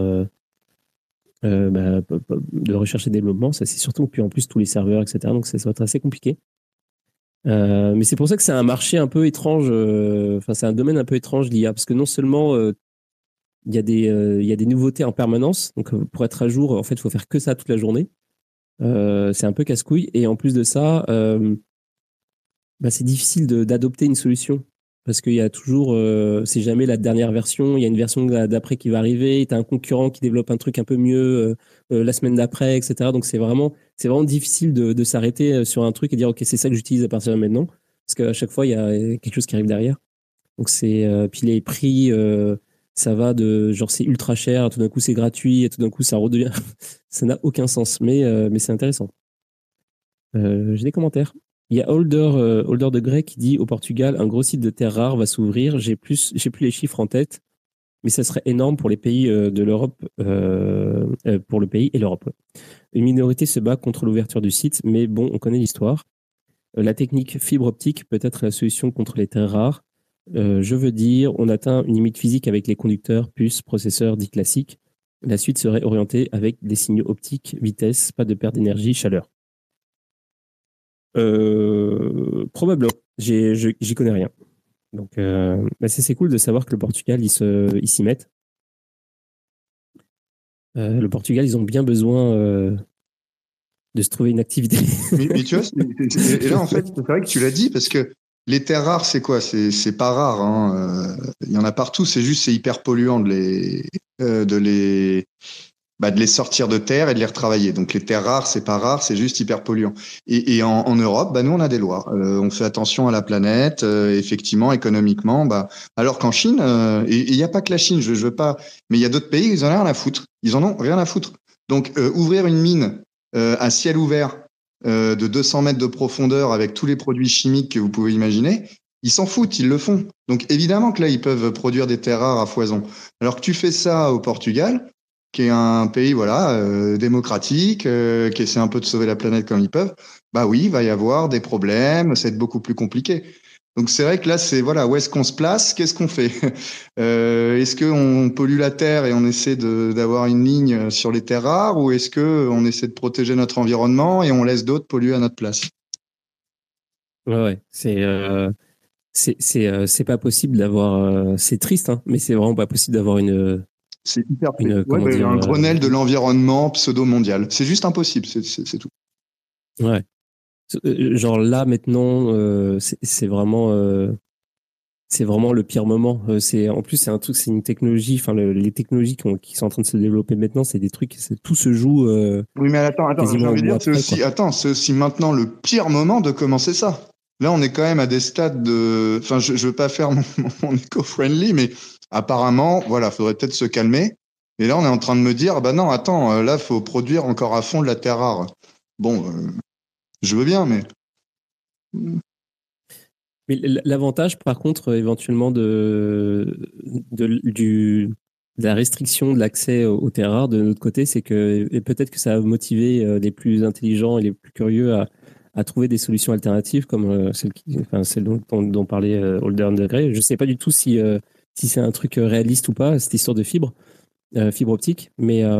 de recherche et développement, ça c'est surtout. Puis en plus, tous les serveurs, etc. Donc ça va être assez compliqué. Mais c'est pour ça que c'est un marché un peu étrange. Enfin, c'est un domaine un peu étrange, l'IA, parce que non seulement il y a des nouveautés en permanence. Donc pour être à jour, en fait, il faut faire que ça toute la journée. C'est un peu casse-couille. Et en plus de ça, c'est difficile d'adopter une solution. Parce qu'il y a toujours, c'est jamais la dernière version, il y a une version d'après qui va arriver, tu as un concurrent qui développe un truc un peu mieux la semaine d'après, etc. Donc c'est vraiment difficile de s'arrêter sur un truc et dire ok, c'est ça que j'utilise à partir de maintenant, parce qu'à chaque fois il y a quelque chose qui arrive derrière. Donc puis les prix, ça va de genre c'est ultra cher, tout d'un coup c'est gratuit, et tout d'un coup ça redevient, ça n'a aucun sens, mais c'est intéressant. J'ai des commentaires. Il y a Holder de Grey qui dit au Portugal, un gros site de terres rares va s'ouvrir. J'ai plus les chiffres en tête, mais ça serait énorme pour les pays de l'Europe, pour le pays et l'Europe. Ouais. Une minorité se bat contre l'ouverture du site, mais bon, on connaît l'histoire. La technique fibre optique peut être la solution contre les terres rares. Je veux dire, on atteint une limite physique avec les conducteurs, puces, processeurs dits classiques. La suite serait orientée avec des signaux optiques, vitesse, pas de perte d'énergie, chaleur. Probablement. J'y connais rien. Donc, c'est cool de savoir que le Portugal, ils s'y mettent. Le Portugal, ils ont bien besoin de se trouver une activité. Mais tu vois, et là, en fait, c'est vrai que tu l'as dit, parce que les terres rares, c'est quoi? C'est pas rare, hein. Il y en a partout, c'est juste, c'est hyper polluant de les sortir de terre et de les retravailler. Donc les terres rares, c'est pas rare, c'est juste hyper polluant. Et en Europe, nous on a des lois. On fait attention à la planète, effectivement, économiquement. Alors qu'en Chine, et il n'y a pas que la Chine, je veux pas, mais il y a d'autres pays, ils en ont rien à foutre. Ils en ont rien à foutre. Donc ouvrir une mine à ciel ouvert de 200 mètres de profondeur avec tous les produits chimiques que vous pouvez imaginer, ils s'en foutent, ils le font. Donc évidemment que là, ils peuvent produire des terres rares à foison. Alors que tu fais ça au Portugal, qui est un pays démocratique, qui essaie un peu de sauver la planète comme ils peuvent, bah oui, il va y avoir des problèmes, ça va être beaucoup plus compliqué. Donc c'est vrai que là, c'est voilà, où est-ce qu'on se place, qu'est-ce qu'on fait? Est-ce qu'on pollue la terre et on essaie d'avoir une ligne sur les terres rares, ou est-ce qu'on essaie de protéger notre environnement et on laisse d'autres polluer à notre place? Ouais. C'est pas possible d'avoir. C'est triste, hein, mais c'est vraiment pas possible d'avoir C'est hyper comment dire, un Grenelle de l'environnement pseudo-mondial. C'est juste impossible, c'est tout. Ouais. Genre là maintenant, c'est vraiment le pire moment. En plus c'est un truc, c'est une technologie. Enfin les technologies qui sont en train de se développer maintenant, c'est des trucs, tout se joue Oui, mais attends, j'ai quasiment un envie de mois dire, après, quoi. c'est aussi maintenant le pire moment de commencer ça. Là, on est quand même à des stades de, enfin, je veux pas faire mon éco-friendly, mais apparemment, voilà, faudrait peut-être se calmer. Et là, on est en train de me dire, bah non, attends, là, faut produire encore à fond de la terre rare. Bon, je veux bien, mais Mais l'avantage, par contre, éventuellement de la restriction de l'accès aux terres rares de notre côté, c'est que et peut-être que ça va motiver les plus intelligents et les plus curieux à trouver des solutions alternatives comme celle dont parlait Holder and Grey. Je ne sais pas du tout si c'est un truc réaliste ou pas, cette histoire de fibre optique,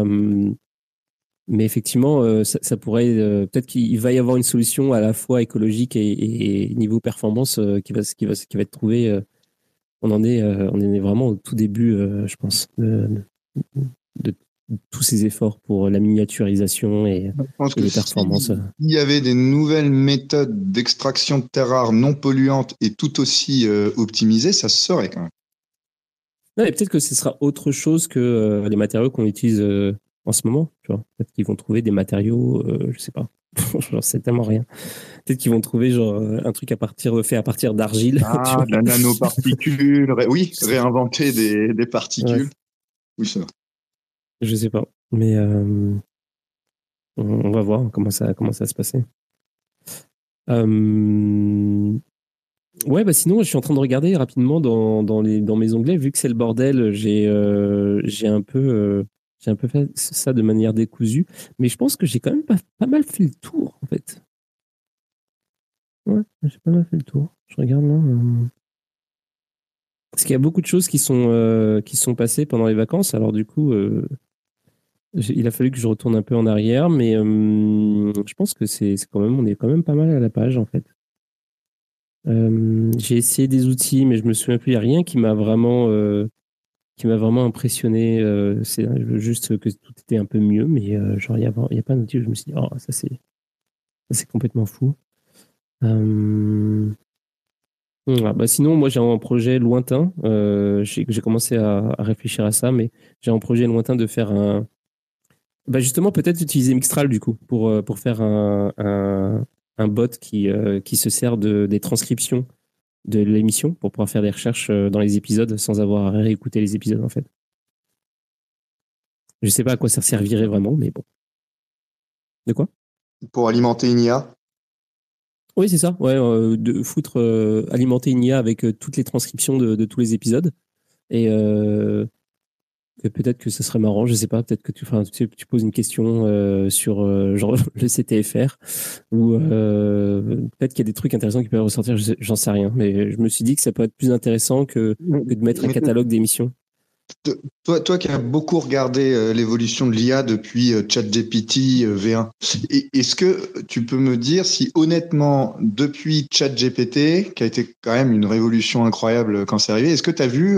mais effectivement, ça pourrait peut-être qu'il va y avoir une solution à la fois écologique et niveau performance qui va être trouvée. On en est vraiment au tout début, je pense, de tous ces efforts pour la miniaturisation je pense et que les performances. s'il y avait des nouvelles méthodes d'extraction de terres rares non polluantes et tout aussi optimisées, ça se saurait quand même. Non, et peut-être que ce sera autre chose que les matériaux qu'on utilise en ce moment. Tu vois, peut-être qu'ils vont trouver des matériaux, je sais pas. J'en sais tellement rien. Peut-être qu'ils vont trouver genre un truc fait à partir d'argile. Tu Ah, vois. de la nanoparticule, oui, réinventer des Ouais, particules. Oui, ça. je sais pas. Mais on va voir comment ça va se passer. Ouais, bah sinon, je suis en train de regarder rapidement dans mes onglets. Vu que c'est le bordel, j'ai un peu fait ça de manière décousue. Mais je pense que j'ai quand même pas mal fait le tour, en fait. Ouais, j'ai pas mal fait le tour. Je regarde là. Parce qu'il y a beaucoup de choses qui sont passées pendant les vacances. Alors du coup, il a fallu que je retourne un peu en arrière, mais je pense que on est quand même pas mal à la page, en fait. J'ai essayé des outils, mais je me souviens plus. Il n'y a rien qui m'a vraiment impressionné. C'est juste que tout était un peu mieux, mais genre, il y a pas un outil où je me suis dit, oh, ça, c'est complètement fou. Bah sinon, moi, j'ai un projet lointain. J'ai commencé à réfléchir à ça, mais j'ai un projet lointain de faire bah justement, peut-être utiliser Mixtral, du coup, pour faire un bot qui se sert des transcriptions de l'émission pour pouvoir faire des recherches dans les épisodes sans avoir à réécouter les épisodes, en fait. Je sais pas à quoi ça servirait vraiment, mais bon. De quoi? Pour alimenter une IA. Oui, c'est ça. Ouais, de foutre, alimenter une IA avec toutes les transcriptions de tous les épisodes. Et peut-être que ce serait marrant, je sais pas. Peut-être que tu poses une question sur genre le CTFR ou peut-être qu'il y a des trucs intéressants qui peuvent ressortir. J'en sais rien, mais je me suis dit que ça peut être plus intéressant que de mettre un Mais catalogue d'émissions. toi qui as beaucoup regardé l'évolution de l'IA depuis ChatGPT V1, est-ce que tu peux me dire si honnêtement, depuis ChatGPT, qui a été quand même une révolution incroyable quand c'est arrivé, est-ce que tu as vu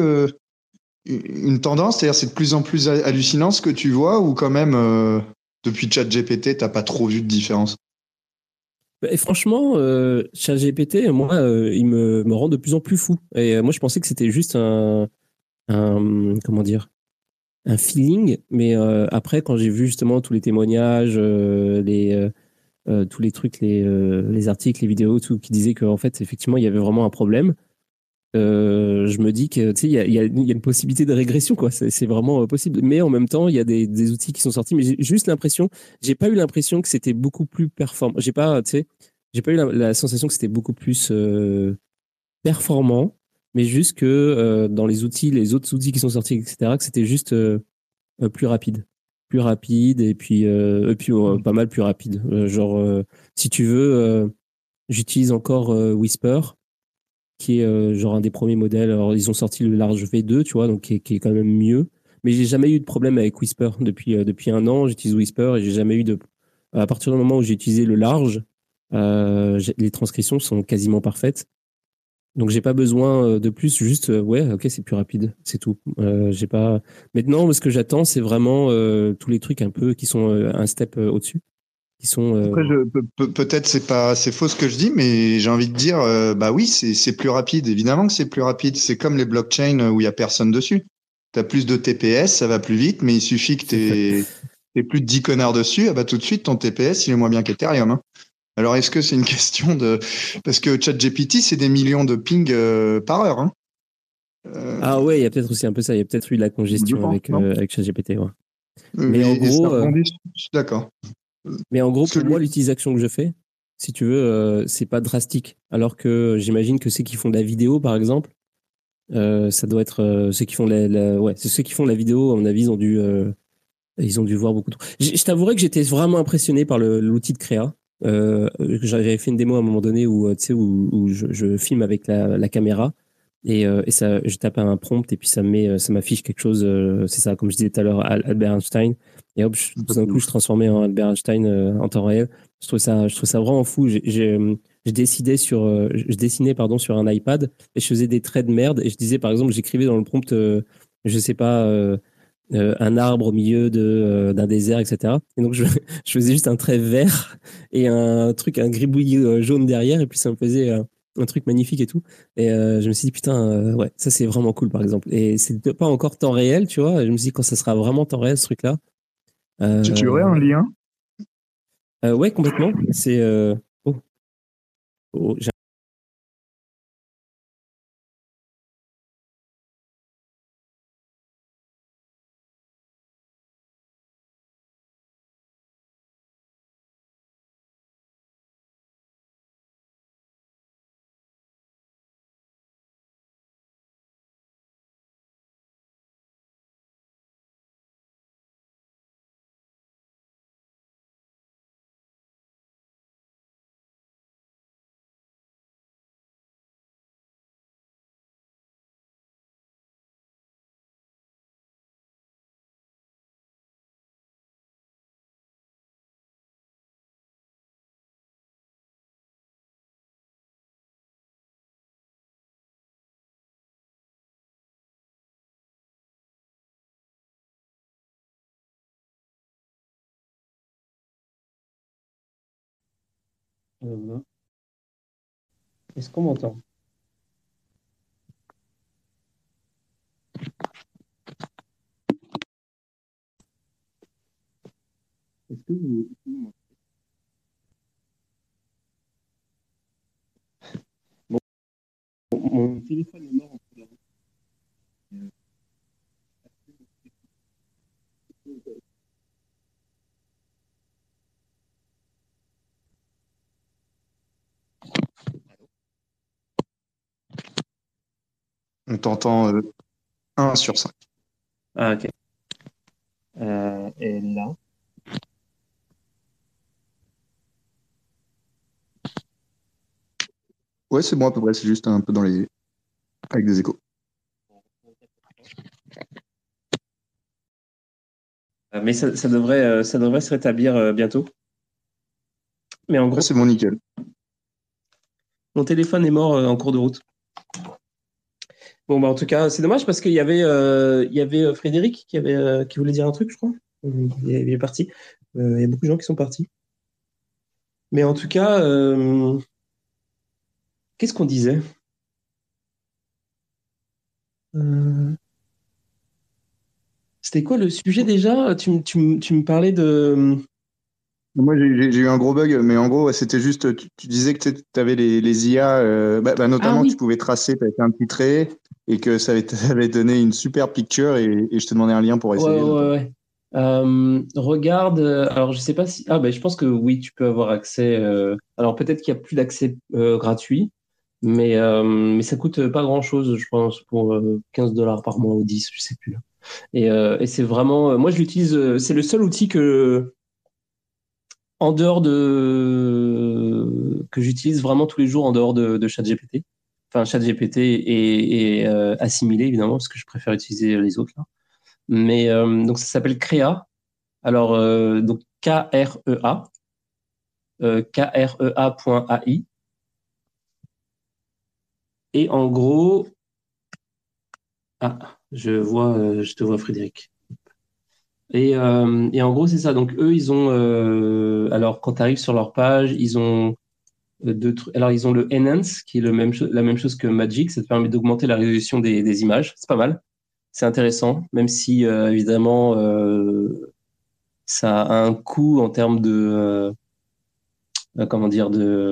une tendance? C'est-à-dire c'est de plus en plus hallucinant ce que tu vois ou quand même depuis ChatGPT, t'as pas trop vu de différence? Et franchement, ChatGPT, moi, il me rend de plus en plus fou. Et moi, je pensais que c'était juste comment dire, un feeling. Mais après, quand j'ai vu justement tous les témoignages, tous les trucs, les articles, les vidéos, tout, qui disaient qu'en fait, effectivement, il y avait vraiment un problème. Je me dis que tu sais, il y a une possibilité de régression, quoi. C'est vraiment possible. Mais en même temps, il y a des outils qui sont sortis. Mais j'ai juste l'impression, j'ai pas eu l'impression que c'était beaucoup plus performant. J'ai pas, tu sais, j'ai pas eu la sensation que c'était beaucoup plus performant, mais juste que dans les outils, les autres outils qui sont sortis, etc., que c'était juste plus rapide. Plus rapide et puis pas mal plus rapide. Genre, si tu veux, j'utilise encore Whisper, qui est genre un des premiers modèles. Alors, ils ont sorti le large V2, tu vois, donc qui est quand même mieux. Mais j'ai jamais eu de problème avec Whisper. Depuis un an, j'utilise Whisper et j'ai jamais eu de. À partir du moment où j'ai utilisé le large, les transcriptions sont quasiment parfaites. Donc j'ai pas besoin de plus, juste ouais, ok, c'est plus rapide, c'est tout. J'ai pas. Maintenant, ce que j'attends, c'est vraiment tous les trucs un peu qui sont un step au-dessus, qui sont. Après, peut-être c'est faux ce que je dis, mais j'ai envie de dire, bah oui, c'est plus rapide. Évidemment que c'est plus rapide. C'est comme les blockchains où il y a personne dessus. T'as plus de TPS, ça va plus vite, mais il suffit que t'aies plus de 10 connards dessus, ah bah tout de suite ton TPS il est moins bien qu'Ethereum, hein. Alors est-ce que c'est une question de, parce que ChatGPT c'est des millions de pings par heure, hein. Ah ouais, il y a peut-être aussi un peu ça. Il y a peut-être eu de la Je congestion pense, non? avec ChatGPT. Ouais. Mais en Et ça gros, rebondit, je suis d'accord. pour Celui, moi, l'utilisation que je fais, si tu veux, c'est pas drastique. Alors que j'imagine que ceux qui font de la vidéo, par exemple, ça doit être ceux qui font ouais, c'est ceux qui font de la vidéo. À mon avis, ils ont dû voir beaucoup de. Je t'avouerai que j'étais vraiment impressionné par l'outil de créa. J'avais fait une démo à un moment donné où, tu sais, où je filme avec la caméra et ça, je tape un prompt et puis ça m'affiche quelque chose. C'est ça, comme je disais tout à l'heure, Albert Einstein. Et hop, tout d'un coup, je transformais en Albert Einstein en temps réel. Je trouve ça vraiment fou. Je dessinais pardon sur un iPad et je faisais des traits de merde et je disais par exemple, j'écrivais dans le prompt, je sais pas. Un arbre au milieu d'un désert, etc. Et donc, je faisais juste un trait vert et un gribouillis jaune derrière, et puis ça me faisait un truc magnifique et tout. Et je me suis dit, putain, ouais, ça c'est vraiment cool, par exemple. Et c'est pas encore temps réel, tu vois. Et je me suis dit, quand ça sera vraiment temps réel, ce truc-là. tu aurais un Euh, lien? ouais, complètement. C'est. Oh, oh, est-ce qu'on m'entend? Est-ce que vous... Bon, mon téléphone est mort. On t'entend 1 sur 5. Ah, ok. Et là. Ouais, c'est bon à peu près, c'est juste un peu avec des échos. Mais ça devrait se rétablir bientôt. Mais en Ouais, gros, c'est bon, nickel. mon téléphone est mort en cours de route. Bon, bah, en tout cas, c'est dommage parce qu'il y avait Frédéric qui voulait dire un truc, je crois. Il est parti. Il y a beaucoup de gens qui sont partis. Mais en tout cas, qu'est-ce qu'on disait? Euh, C'était quoi le sujet déjà? Tu me parlais de... Moi, j'ai eu un gros bug, mais en gros, ouais, c'était juste, tu disais que tu avais les IA, Ah notamment que tu oui, pouvais tracer, tu avais fait un petit trait et que ça avait donné une super picture et je te demandais un lien pour ouais, essayer, ouais, notamment. ouais. Regarde, alors je sais pas si... Ah ben je pense que oui, tu peux avoir accès... Alors peut-être qu'il y a plus d'accès gratuit, mais ça coûte pas grand-chose, je pense, pour 15 $ par mois ou 10, je sais plus. Et c'est vraiment... moi, je l'utilise... c'est le seul outil en dehors que j'utilise vraiment tous les jours en dehors de ChatGPT. Enfin, ChatGPT et assimilé, évidemment, parce que je préfère utiliser les autres là. Mais donc ça s'appelle Crea. Alors donc Krea, Krea.ai. Et en gros, je te vois Frédéric. Et en gros c'est ça. Donc eux ils ont, alors quand tu arrives sur leur page, ils ont deux trucs. Alors ils ont le Enhance qui est la même chose que Magic. Ça te permet d'augmenter la résolution des images. C'est pas mal. C'est intéressant, même si évidemment ça a un coût en termes comment dire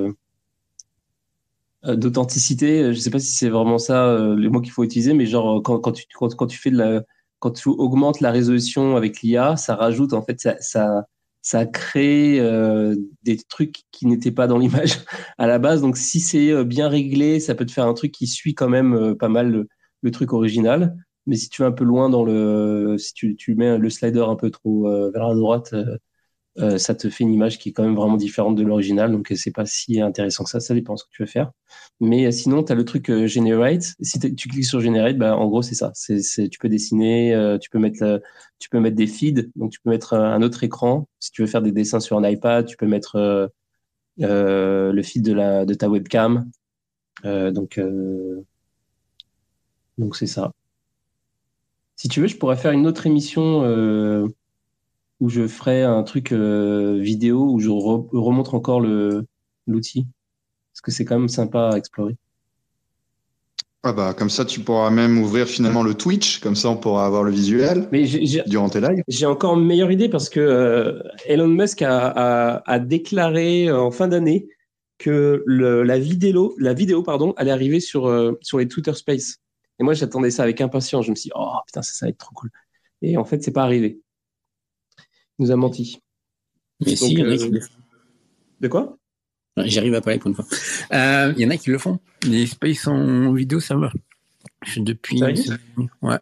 d'authenticité. Je sais pas si c'est vraiment ça le mot qu'il faut utiliser, mais genre quand tu fais quand tu augmentes la résolution avec l'IA, ça rajoute en fait ça crée des trucs qui n'étaient pas dans l'image à la base. Donc si c'est bien réglé, ça peut te faire un truc qui suit quand même pas mal le truc original. Mais si tu vas un peu loin si tu mets le slider un peu trop vers la droite, ça te fait une image qui est quand même vraiment différente de l'original, donc c'est pas si intéressant que ça dépend de ce que tu veux faire. Mais sinon, tu as le truc Generate. Si tu cliques sur Generate, bah, en gros, c'est ça. Tu peux dessiner, tu peux mettre des feeds, donc tu peux mettre un autre écran. Si tu veux faire des dessins sur un iPad, tu peux mettre le feed de ta webcam. Euh, donc, euh, donc c'est ça. Si tu veux, je pourrais faire une autre émission où je ferai un truc vidéo où je remontre encore l'outil. Parce que c'est quand même sympa à explorer. Ah bah, comme ça, tu pourras même ouvrir finalement le Twitch, comme ça, on pourra avoir le visuel Mais durant tes lives. j'ai encore une meilleure idée parce que Elon Musk a déclaré en fin d'année que la vidéo pardon, allait arriver sur les Twitter Space. Et moi, j'attendais ça avec impatience. Je me suis dit, oh putain, ça va être trop cool. Et en fait, c'est pas arrivé. Il nous a menti. Mais si, il Donc, y en a qui le font. de quoi? J'arrive à parler pour une fois. Il y en a qui le font. Les space en vidéo, ça va. Depuis une Sérieux? semaine. Ouais.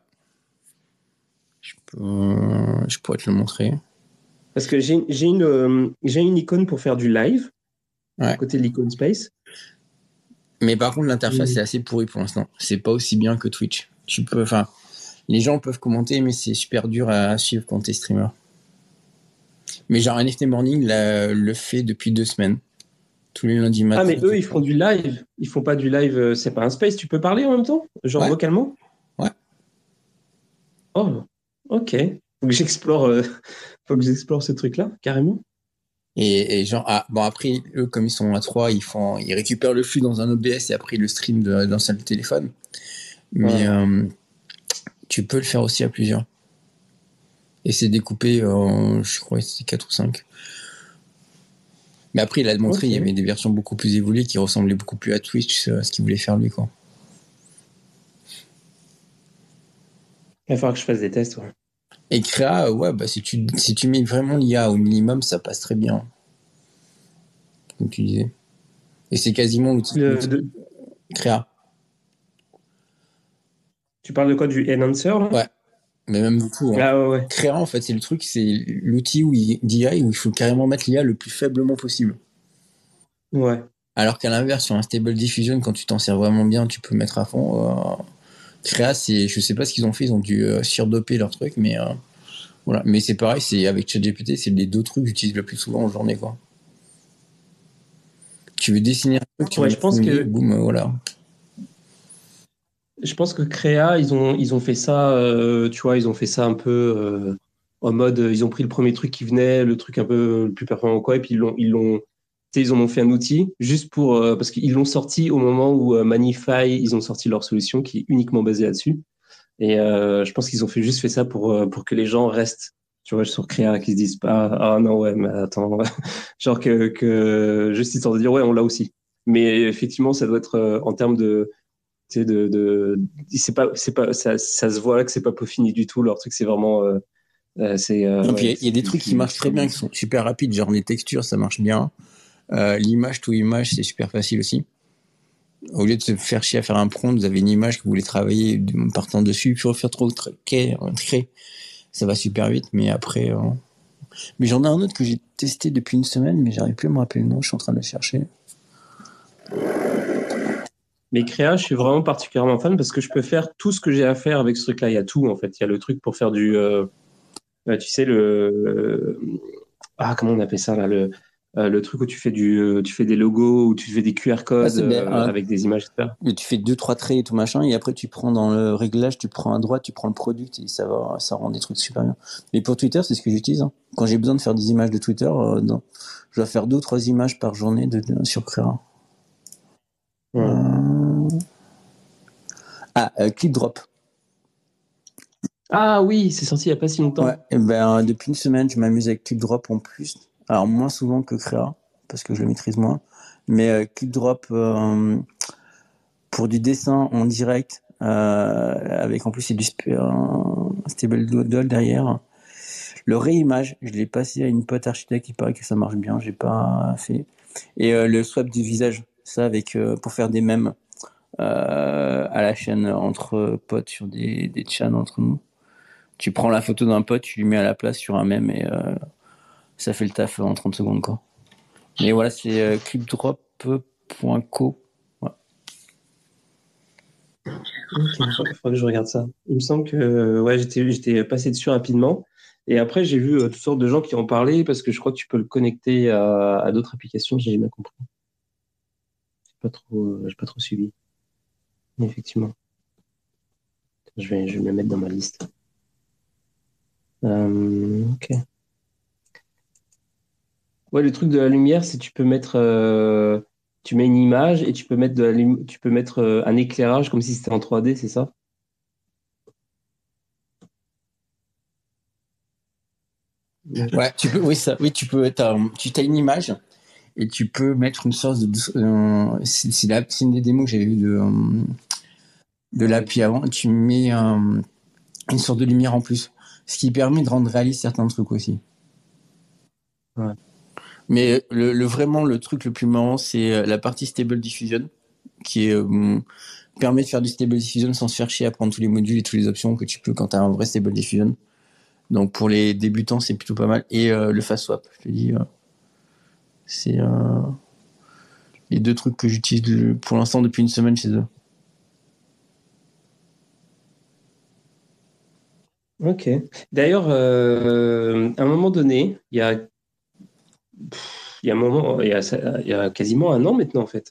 Je pourrais te le montrer. Parce que j'ai une icône pour faire du live à Ouais. côté de l'icône Space. Mais par contre, l'interface est assez pourrie pour l'instant. C'est pas aussi bien que Twitch. Les gens peuvent commenter, mais c'est super dur à suivre quand t'es streamer. Mais genre, NFT Morning le fait depuis 2 semaines. Tous les lundis Ah, matin. mais eux, ils font du live. Ils font pas du live, c'est pas un space. Tu peux parler en même temps? Genre Ouais. vocalement? Ouais. Oh, ok. Faut que j'explore ce truc-là, carrément. Et genre, bon, après, eux, comme ils sont à 3, ils récupèrent le flux dans un OBS et après, ils le stream d'un seul téléphone. Mais tu peux le faire aussi à plusieurs. Et c'est découpé en, je crois, c'était 4 ou 5. Mais après, il a montré, il y avait des versions beaucoup plus évoluées qui ressemblaient beaucoup plus à Twitch, ce qu'il voulait faire lui, quoi. Il va falloir que je fasse des tests, ouais. Et Créa, ouais, bah, si tu mets vraiment l'IA au minimum, ça passe très bien. Comme tu disais. Et c'est quasiment l'outil. Créa. Tu parles de quoi, du Enhancer là? Ouais, mais même beaucoup. Hein. Ah ouais. Créa, en fait, c'est le truc, c'est l'outil d'IA où il faut carrément mettre l'IA le plus faiblement possible. Ouais. Alors qu'à l'inverse, sur un Stable Diffusion, quand tu t'en sers vraiment bien, tu peux mettre à fond. Créa, je sais pas ce qu'ils ont fait, ils ont dû surdoper leur truc, mais voilà. Mais c'est pareil, c'est avec ChatGPT, c'est les deux trucs que j'utilise le plus souvent en journée, quoi. Tu veux dessiner un truc, tu veux je pense que boum, voilà. je pense que Créa, ils ont fait ça, tu vois, ils ont fait ça un peu en mode, ils ont pris le premier truc qui venait, le truc un peu le plus performant quoi, et puis tu sais, ils en ont fait un outil juste pour parce qu'ils l'ont sorti au moment où Manify, ils ont sorti leur solution qui est uniquement basée là-dessus. Et je pense qu'ils ont juste fait ça pour que les gens restent, tu vois, sur Créa, qu'ils se disent pas, ah non, ouais, mais attends, genre que juste histoire de dire, ouais, on l'a aussi. Mais effectivement, ça doit être en termes de, tu sais, c'est pas, ça se voit là que c'est pas peaufiné du tout. Leur truc, c'est vraiment, Non, puis ouais, il y a des trucs qui marchent très bien, qui sont super rapides, genre les textures, ça marche bien. L'image to image, c'est super facile aussi. Au lieu de se faire chier à faire un prompt, vous avez une image que vous voulez travailler en partant dessus, puis refaire trop de traits, ça va super vite, mais après. Mais j'en ai un autre que j'ai testé depuis une semaine, mais j'arrive plus à me rappeler le nom, je suis en train de le chercher. Mais Créa, je suis vraiment particulièrement fan parce que je peux faire tout ce que j'ai à faire avec ce truc-là. Il y a tout, en fait. Il y a le truc pour faire tu sais, comment on appelle ça, là, le truc où tu fais des logos, où tu fais des QR Ah, codes c'est bien. avec des images, etc. Mais tu fais 2-3 traits et tout machin, et après tu prends dans le réglage, tu prends à droite, tu prends le product, et ça rend des trucs super bien. Mais pour Twitter, c'est ce que j'utilise. Hein. Quand j'ai besoin de faire des images de Twitter, je dois faire 2 ou 3 images par journée sur Créa. Ouais. ClipDrop. Ah oui, c'est sorti il n'y a pas si longtemps. Ouais, et ben depuis une semaine, je m'amuse avec ClipDrop en plus. Alors moins souvent que Créa, parce que je le maîtrise moins. Mais ClipDrop pour du dessin en direct, avec en plus c'est du stable doll derrière. Le réimage, je l'ai passé à une pote architecte, il paraît que ça marche bien, j'ai pas fait. Et le swap du visage, ça avec pour faire des mèmes à la chaîne entre potes sur des chans entre nous. Tu prends la photo d'un pote, tu lui mets à la place sur un mème et ça fait le taf en 30 secondes quoi. Mais voilà, c'est clipdrop.co. Ouais. Ok, il faudrait que je regarde ça. Il me semble que ouais, j'étais passé dessus rapidement. Et après, j'ai vu toutes sortes de gens qui en parlaient parce que je crois que tu peux le connecter à d'autres applications. J'ai jamais compris. J'ai pas trop suivi. Mais effectivement, je vais me mettre dans ma liste. Ok. Ouais, le truc de la lumière, c'est tu mets une image et tu peux mettre tu peux mettre un éclairage comme si c'était en 3D, c'est ça? Ouais, tu peux, oui, tu peux, tu as une image et tu peux mettre une sorte de, c'est une des démos que j'avais vu de l'appli avant. Tu mets une sorte de lumière en plus, ce qui permet de rendre réaliste certains trucs aussi. Ouais. Mais vraiment le truc le plus marrant, c'est la partie Stable Diffusion, qui permet de faire du Stable Diffusion sans se faire chier à prendre tous les modules et toutes les options que tu peux quand tu as un vrai Stable Diffusion. Donc pour les débutants, c'est plutôt pas mal. Et le fast swap, je te dis, c'est les deux trucs que j'utilise pour l'instant depuis une semaine chez eux. Ok. D'ailleurs, à un moment donné, il y a un moment, il y a quasiment un an maintenant en fait.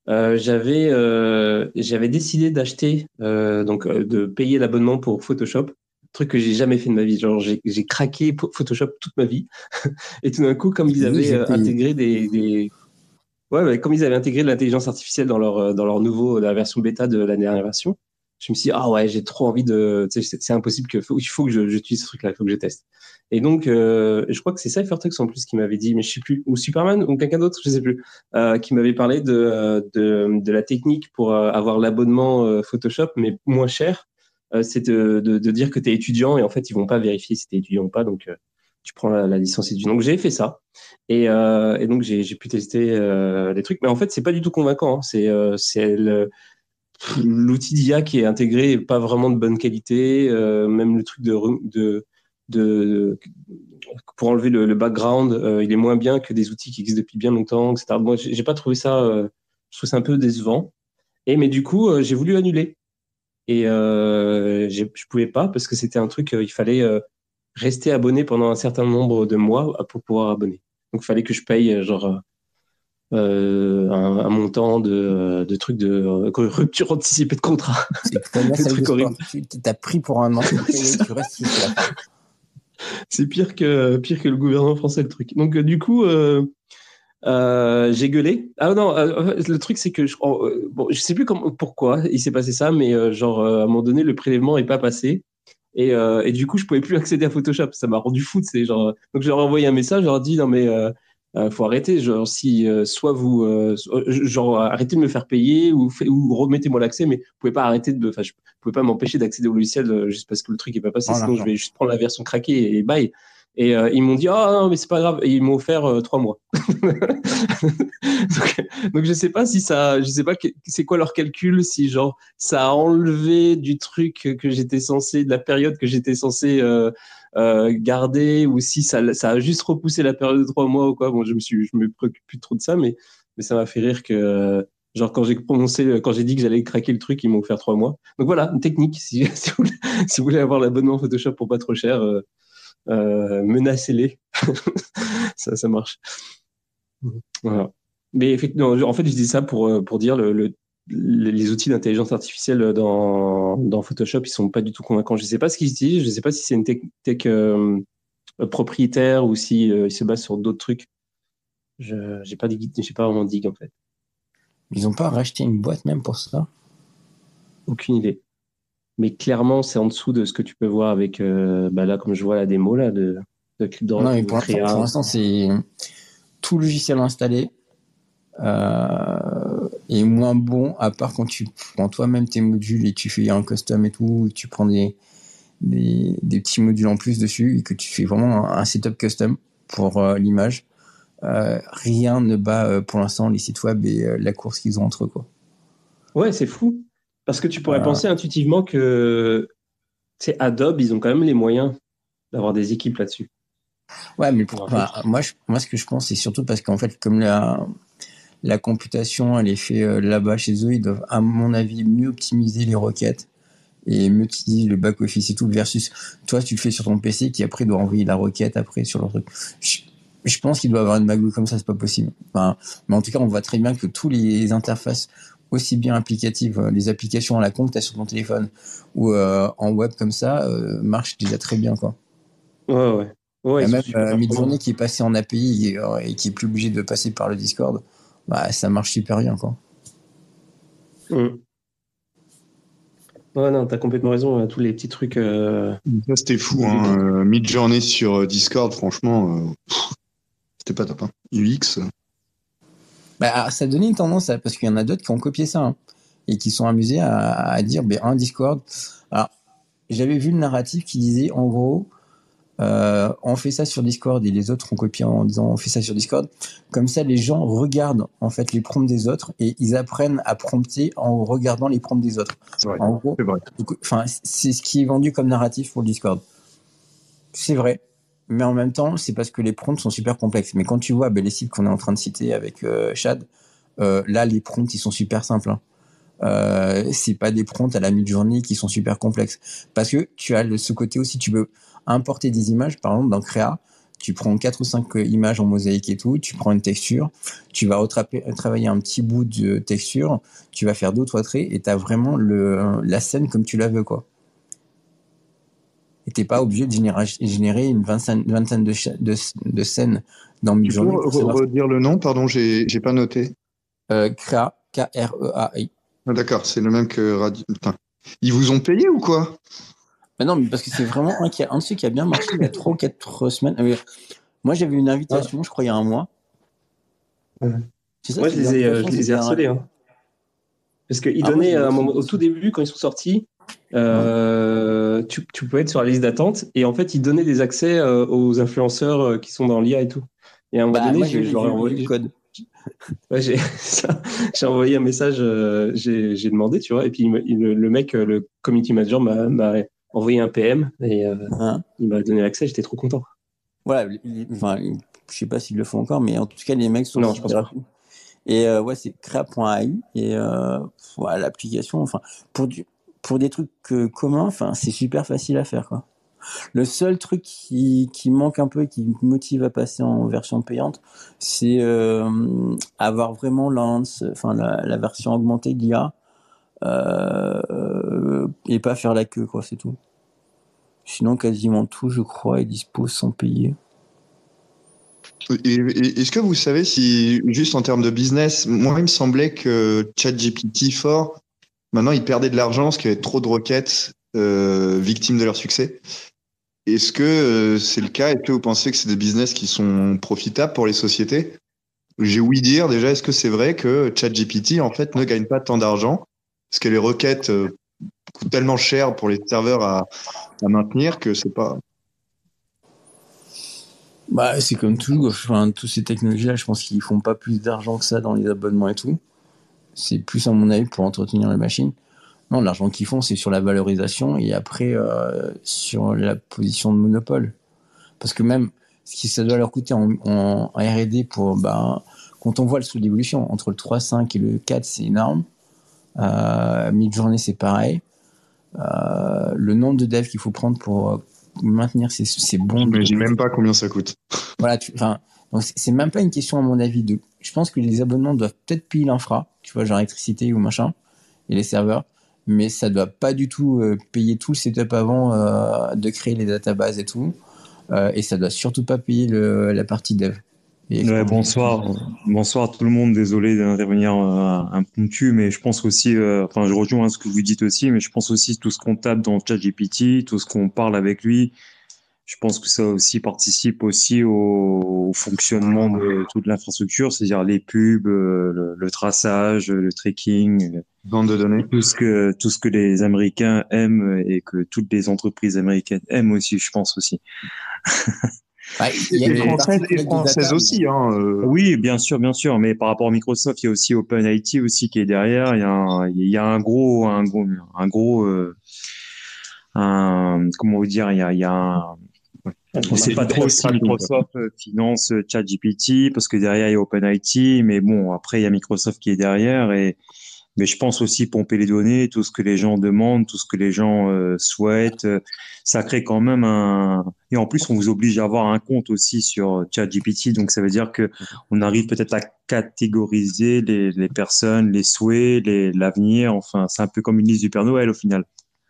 J'avais décidé d'acheter, de payer l'abonnement pour Photoshop, truc que j'ai jamais fait de ma vie. Genre, j'ai craqué pour Photoshop toute ma vie. Et tout d'un coup, comme ils Oui, avaient j'ai payé. intégré ouais, comme ils avaient intégré de l'intelligence artificielle dans leur la version bêta de la dernière version, je me suis dit, ah ouais, j'ai trop envie tu sais, c'est impossible il faut que j'utilise ce truc-là, il faut que je teste. Et donc, je crois que c'est Cyphertux en plus qui m'avait dit, mais je sais plus, ou Superman, ou quelqu'un d'autre, je sais plus, qui m'avait parlé de la technique pour avoir l'abonnement Photoshop, mais moins cher. C'est de dire que tu es étudiant et en fait, ils vont pas vérifier si tu es étudiant ou pas. Donc, tu prends la licence étudiant. Donc, j'ai fait ça. Et donc, j'ai pu tester les trucs. Mais en fait, c'est pas du tout convaincant. Hein. l'outil d'IA qui est intégré est pas vraiment de bonne qualité. Même le truc de pour enlever le background, il est moins bien que des outils qui existent depuis bien longtemps, etc. Moi, j'ai pas trouvé ça. Je trouve ça un peu décevant. Mais du coup, j'ai voulu annuler. Et je pouvais pas parce que c'était un truc, il fallait rester abonné pendant un certain nombre de mois pour pouvoir abonner. Donc, il fallait que je paye un montant de trucs de rupture anticipée de contrat. C'est comme la Des salle de trucs sport. horribles. Tu t'as pris pour un an, tu payes, C'est ça. tu restes jusqu'à la fin. C'est pire que le gouvernement français, le truc. Donc, du coup, j'ai gueulé. Ah non, le truc, c'est que bon, je sais plus pourquoi il s'est passé ça, mais à un moment donné, le prélèvement est pas passé. Et du coup, je pouvais plus accéder à Photoshop. Ça m'a rendu fou. Donc, j'ai envoyé un message, je leur ai dit, non, mais faut arrêter. Genre, si soit vous, arrêtez de me faire payer ou remettez-moi l'accès, mais vous pouvez pas arrêter je pouvez pas m'empêcher d'accéder au logiciel juste parce que le truc est pas passé. Oh, Sinon, je d'accord. vais juste prendre la version craquée et bye. Et ils m'ont dit, oh non, mais c'est pas grave. Et ils m'ont offert 3 mois. donc, je sais pas je sais pas c'est quoi leur calcul, si genre ça a enlevé du truc que j'étais censé, de la période que j'étais censé garder, ou si ça a juste repoussé la période de 3 mois ou quoi. Bon, je me préoccupe plus trop de ça, mais ça m'a fait rire que genre quand j'ai dit que j'allais craquer le truc, ils m'ont offert 3 mois. Donc voilà, une technique. Si vous voulez avoir l'abonnement Photoshop pour pas trop cher, menacez-les. Ça marche. Voilà. Mais effectivement, en fait, je dis ça pour dire les outils d'intelligence artificielle dans Photoshop, ils sont pas du tout convaincants. Je sais pas ce qu'ils utilisent, je sais pas si c'est une tech propriétaire ou si ils se basent sur d'autres trucs. J'ai pas vraiment dig en fait. Ils ont pas racheté une boîte même pour ça? Aucune idée. Mais clairement, c'est en dessous de ce que tu peux voir avec là, comme je vois la démo là de ClipDrop Non, mais ou pour Créa. l'instant, c'est tout logiciel installé est moins bon, à part quand tu prends toi-même tes modules et tu fais un custom et tout, et tu prends des petits modules en plus dessus et que tu fais vraiment un setup custom pour l'image. Rien ne bat pour l'instant les sites web et la course qu'ils ont entre eux, quoi. Ouais, c'est fou. Parce que tu pourrais penser intuitivement que Adobe, ils ont quand même les moyens d'avoir des équipes là-dessus. Ouais, mais moi, ce que je pense, c'est surtout parce qu'en fait, comme la computation, elle est faite là-bas chez eux, ils doivent, à mon avis, mieux optimiser les requêtes et mieux utiliser le back-office et tout, versus toi, tu le fais sur ton PC qui après doit envoyer la requête après sur leur truc. Je pense qu'il doit avoir une magouille comme ça, c'est pas possible. Mais en tout cas, on voit très bien que tous les interfaces, aussi bien applicatives, les applications à la con que tu as sur ton téléphone ou en web comme ça, marchent déjà très bien, quoi. Ouais. Et même Midjourney qui est passé en API et qui est plus obligé de passer par le Discord, ça marche super bien, quoi. Ouais, non, t'as complètement raison. Tous les petits trucs. Ça, c'était fou. Midjourney sur Discord, franchement, c'était pas top. UX. Ça donnait une tendance, parce qu'il y en a d'autres qui ont copié ça, hein, et qui sont amusés à dire un Discord. Alors, j'avais vu le narratif qui disait, en gros, on fait ça sur Discord, et les autres ont copié en disant on fait ça sur Discord. Comme ça, les gens regardent en fait les prompts des autres et ils apprennent à prompter en regardant les prompts des autres. C'est vrai. En gros, c'est ce qui est vendu comme narratif pour le Discord. C'est vrai, mais en même temps, c'est parce que les prompts sont super complexes. Mais quand tu vois les sites qu'on est en train de citer avec Chad, là, les prompts ils sont super simples. Hein. C'est pas des prompts à la Midjourney qui sont super complexes, parce que tu as ce côté aussi, tu peux importer des images, par exemple dans Créa, tu prends 4 ou 5 images en mosaïque et tout, tu prends une texture, tu vas travailler un petit bout de texture, tu vas faire 2 ou 3 traits et tu as vraiment la scène comme tu la veux, quoi. Et t'es pas obligé de générer une vingtaine de scènes dans Midjourney. Tu peux redire le nom, pardon, j'ai pas noté. Créa, K-R-E-A-I. Ah, d'accord, c'est le même que Radio. Putain. Ils vous ont payé ou quoi? Non, mais parce que c'est vraiment un de ceux qui a bien marché il y a 3 ou 4 semaines. Moi, j'avais une invitation, je crois, il y a un mois. Moi, je les ai harcelés. Hein. Parce qu'ils donnaient, au tout début, quand ils sont sortis, tu pouvais être sur la liste d'attente, et en fait, ils donnaient des accès aux influenceurs qui sont dans l'IA et tout. Et à un moment donné, je leur ai envoyé le code. Ouais, j'ai envoyé un message, j'ai demandé, tu vois, et puis le mec, le community manager m'a envoyé un PM et Hein. il m'a donné l'accès, j'étais trop content. Voilà, enfin, je sais pas s'ils le font encore, mais en tout cas, les mecs sont Non, je pense super pas. rapides. Et ouais, c'est crea.ai et ouais, l'application, enfin, pour des trucs communs, enfin, c'est super facile à faire, quoi. Le seul truc qui manque un peu et qui me motive à passer en version payante, c'est avoir vraiment enfin, la version augmentée de l'IA et pas faire la queue, quoi, c'est tout. Sinon, quasiment tout, je crois, est dispo sans payer. Et est-ce que vous savez si, juste en termes de business, moi, il me semblait que ChatGPT 4, maintenant, ils perdaient de l'argent parce qu'il y avait trop de requêtes victimes de leur succès. Est-ce que c'est le cas? Est-ce que vous pensez que c'est des business qui sont profitables pour les sociétés? J'ai ouï dire déjà, est-ce que c'est vrai que ChatGPT, en fait, ne gagne pas tant d'argent parce que les requêtes coûtent tellement cher pour les serveurs à maintenir que c'est pas. Bah, c'est comme tout, enfin, toutes ces technologies-là, je pense qu'ils font pas plus d'argent que ça dans les abonnements et tout. C'est plus, à mon avis, pour entretenir les machines. Non, l'argent qu'ils font, c'est sur la valorisation et après, sur la position de monopole. Parce que même, ce qui ça doit leur coûter en R&D pour, bah, quand on voit le saut d'évolution, entre le 3.5 et le 4, c'est énorme. Mid-journée, c'est pareil. Le nombre de devs qu'il faut prendre pour maintenir ces bons. J'imagine même pas combien ça coûte. Voilà, donc c'est même pas une question à mon avis de. Je pense que les abonnements doivent peut-être payer l'infra, tu vois, genre électricité ou machin, et les serveurs, mais ça doit pas du tout payer tout le setup avant de créer les databases et tout, et ça doit surtout pas payer la partie dev. Ouais, bonsoir tout le monde. Désolé d'intervenir impromptu, mais je pense aussi, enfin, je rejoins ce que vous dites aussi, mais je pense aussi tout ce qu'on tape dans ChatGPT, tout ce qu'on parle avec lui. Je pense que ça aussi participe aussi au fonctionnement de toute l'infrastructure, c'est-à-dire les pubs, le traçage, le tracking, Bande de données. tout ce que les Américains aiment et que toutes les entreprises américaines aiment aussi, je pense aussi. Il y a Et une partie françaises, et collecte de françaises data, aussi, hein. Oui, bien sûr, mais par rapport à Microsoft, il y a aussi OpenIT aussi qui est derrière. Il y a comment vous dire, il y a un, je sais pas trop si Microsoft finance ChatGPT parce que derrière il y a OpenIT, mais bon, après il y a Microsoft qui est derrière mais je pense aussi pomper les données, tout ce que les gens demandent, tout ce que les gens souhaitent, ça crée quand même et en plus on vous oblige à avoir un compte aussi sur ChatGPT, donc ça veut dire que on arrive peut-être à catégoriser les personnes, les souhaits, l'avenir, enfin c'est un peu comme une liste du Père Noël au final.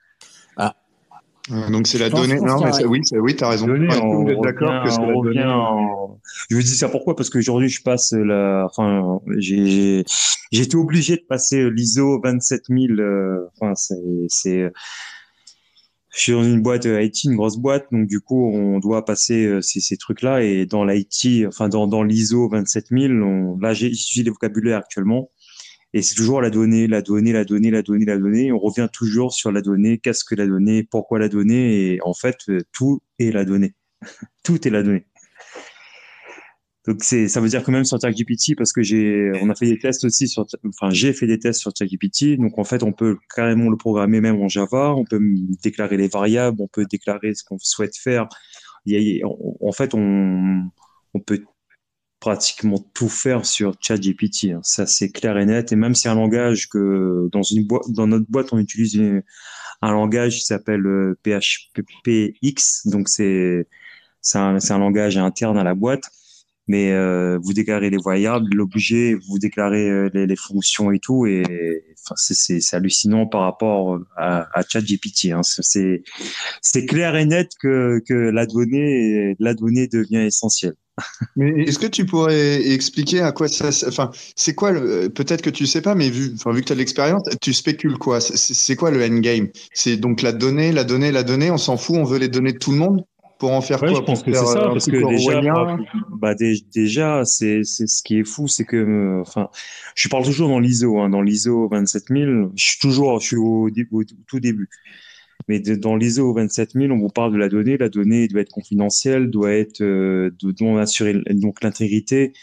Donc c'est je la pense donnée. Non, mais oui, t'as raison. Données, Enfin, est-ce que vous êtes d'accord que c'est la donnée? Je vous dis ça pourquoi? Parce qu'aujourd'hui, enfin, j'ai été obligé de passer l'ISO 27000. Enfin, je suis dans une boîte IT, une grosse boîte, donc du coup, on doit passer ces trucs-là. Et dans l'IT, enfin, dans l'ISO 27000, là, j'utilise les vocabulaires actuellement. Et c'est toujours la donnée, la donnée, la donnée, la donnée, la donnée. On revient toujours sur la donnée. Qu'est-ce que la donnée? Pourquoi la donnée? Et en fait, tout est la donnée. Tout est la donnée. Donc ça veut dire que même sur ChatGPT, parce que on a fait des tests aussi j'ai fait des tests sur ChatGPT. Donc en fait, on peut carrément le programmer même en Java. On peut déclarer les variables, on peut déclarer ce qu'on souhaite faire. En fait, on peut pratiquement tout faire sur ChatGPT. Ça, c'est clair et net. Et même si un langage que dans notre boîte, on utilise un langage qui s'appelle PHPX. Donc c'est un langage interne à la boîte. Mais vous déclarez les variables, l'objet, vous déclarez les fonctions et tout, et enfin c'est hallucinant par rapport à ChatGPT. Hein. C'est clair et net que la donnée devient essentielle. Mais est-ce que tu pourrais expliquer à quoi enfin, c'est quoi peut-être que tu sais pas, mais vu que tu as de l'expérience, tu spécules quoi? C'est quoi le endgame? C'est donc la donnée, la donnée, la donnée, on s'en fout, on veut les données de tout le monde? Pour en faire Ouais, je quoi? pense Pour que faire c'est ça, un parce truc que orwellien? déjà, c'est ce qui est fou, c'est que, enfin, je parle toujours dans l'ISO, hein, dans l'ISO 27000, je suis au tout début. Mais dans l'ISO 27000, on vous parle de la donnée doit être confidentielle, doit être, doit assurer donc l'intégrité.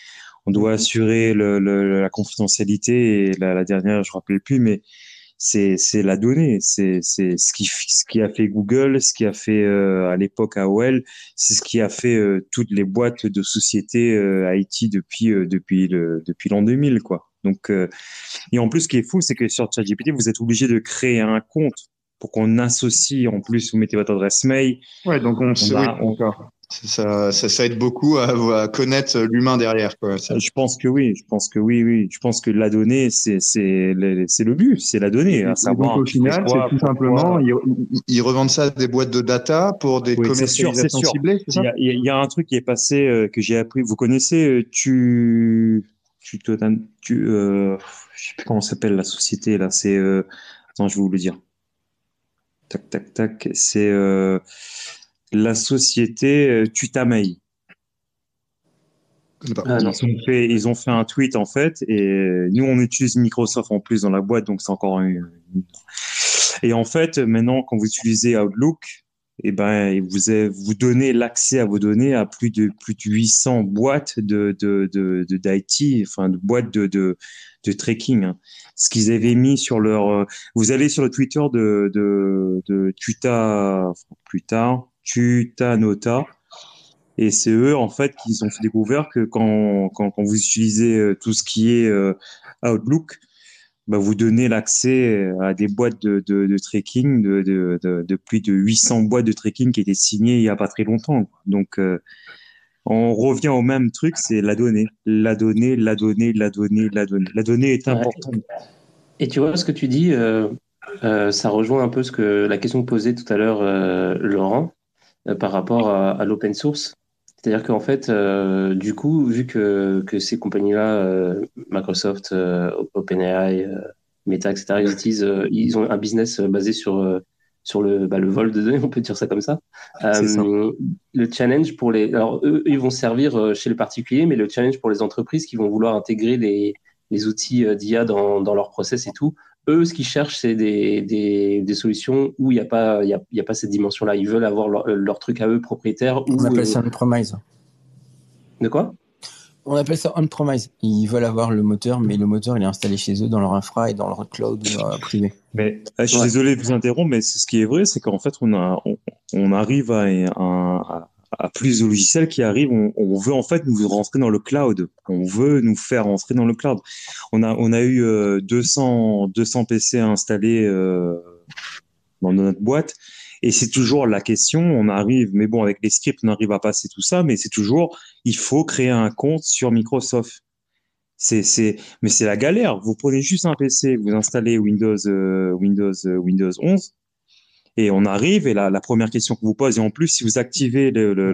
On doit assurer la confidentialité et la dernière, je ne me rappelle plus, mais c'est la donnée. C'est ce qui a fait Google, ce qui a fait à l'époque AOL, c'est ce qui a fait toutes les boîtes de sociétés IT depuis l'an 2000, quoi. Donc, et en plus, ce qui est fou, c'est que sur ChatGPT, vous êtes obligé de créer un compte pour qu'on associe. En plus, vous mettez votre adresse mail. Ouais, donc d'accord. Ça aide beaucoup à connaître l'humain derrière, quoi. Je pense que oui. Je pense que la donnée, c'est le but, c'est la donnée. À savoir, donc, au final, c'est tout simplement, ils revendent ça à des boîtes de data pour des commercialisations ciblées, c'est ça? Il y a un truc qui est passé que j'ai appris. Vous connaissez, je sais plus comment s'appelle la société là. C'est attends, je vais vous le dire. Tac, tac, tac. C'est la société Tutamei. Ils ont fait un tweet en fait, et nous on utilise Microsoft en plus dans la boîte, donc c'est encore Et en fait, maintenant quand vous utilisez Outlook, et ben vous donnez l'accès à vos données à plus de 800 boîtes d'IT, enfin de boîtes de tracking. Hein. Ce qu'ils avaient mis sur leur, vous allez sur le Twitter de Tutanota. Et c'est eux, en fait, qui ont découvert que quand vous utilisez tout ce qui est Outlook, bah, vous donnez l'accès à des boîtes de tracking, de plus de 800 boîtes de tracking qui étaient signées il y a pas très longtemps. Donc, on revient au même truc, c'est la donnée. La donnée est importante. Et tu vois, ce que tu dis, ça rejoint un peu la question que posait tout à l'heure Laurent par rapport à l'open source. C'est-à-dire qu'en fait, du coup, vu que ces compagnies-là, Microsoft, OpenAI, Meta, etc., ils ont un business basé sur le vol de données, on peut dire ça comme ça. C'est ça. Le challenge alors eux, ils vont servir chez les particuliers, mais le challenge pour les entreprises qui vont vouloir intégrer les outils d'IA dans leur process et tout, eux, ce qu'ils cherchent, c'est des solutions où il n'y a pas cette dimension-là. Ils veulent avoir leur truc à eux propriétaire. On appelle ça on-premise. De quoi? On appelle ça on-premise. Ils veulent avoir le moteur, mais le moteur, il est installé chez eux, dans leur infra et dans leur cloud privé. Mais je suis désolé de vous interrompre, mais ce qui est vrai, c'est qu'en fait, on arrive à plus de logiciels qui arrivent. On veut en fait nous rentrer dans le cloud. On veut nous faire rentrer dans le cloud. On a eu 200 PC installés dans notre boîte. Et c'est toujours la question, on arrive, mais bon, avec les scripts, on arrive à passer tout ça, mais c'est toujours, il faut créer un compte sur Microsoft. Mais c'est la galère. Vous prenez juste un PC, vous installez Windows 11, et on arrive, et la première question que vous pose, et en plus, si vous activez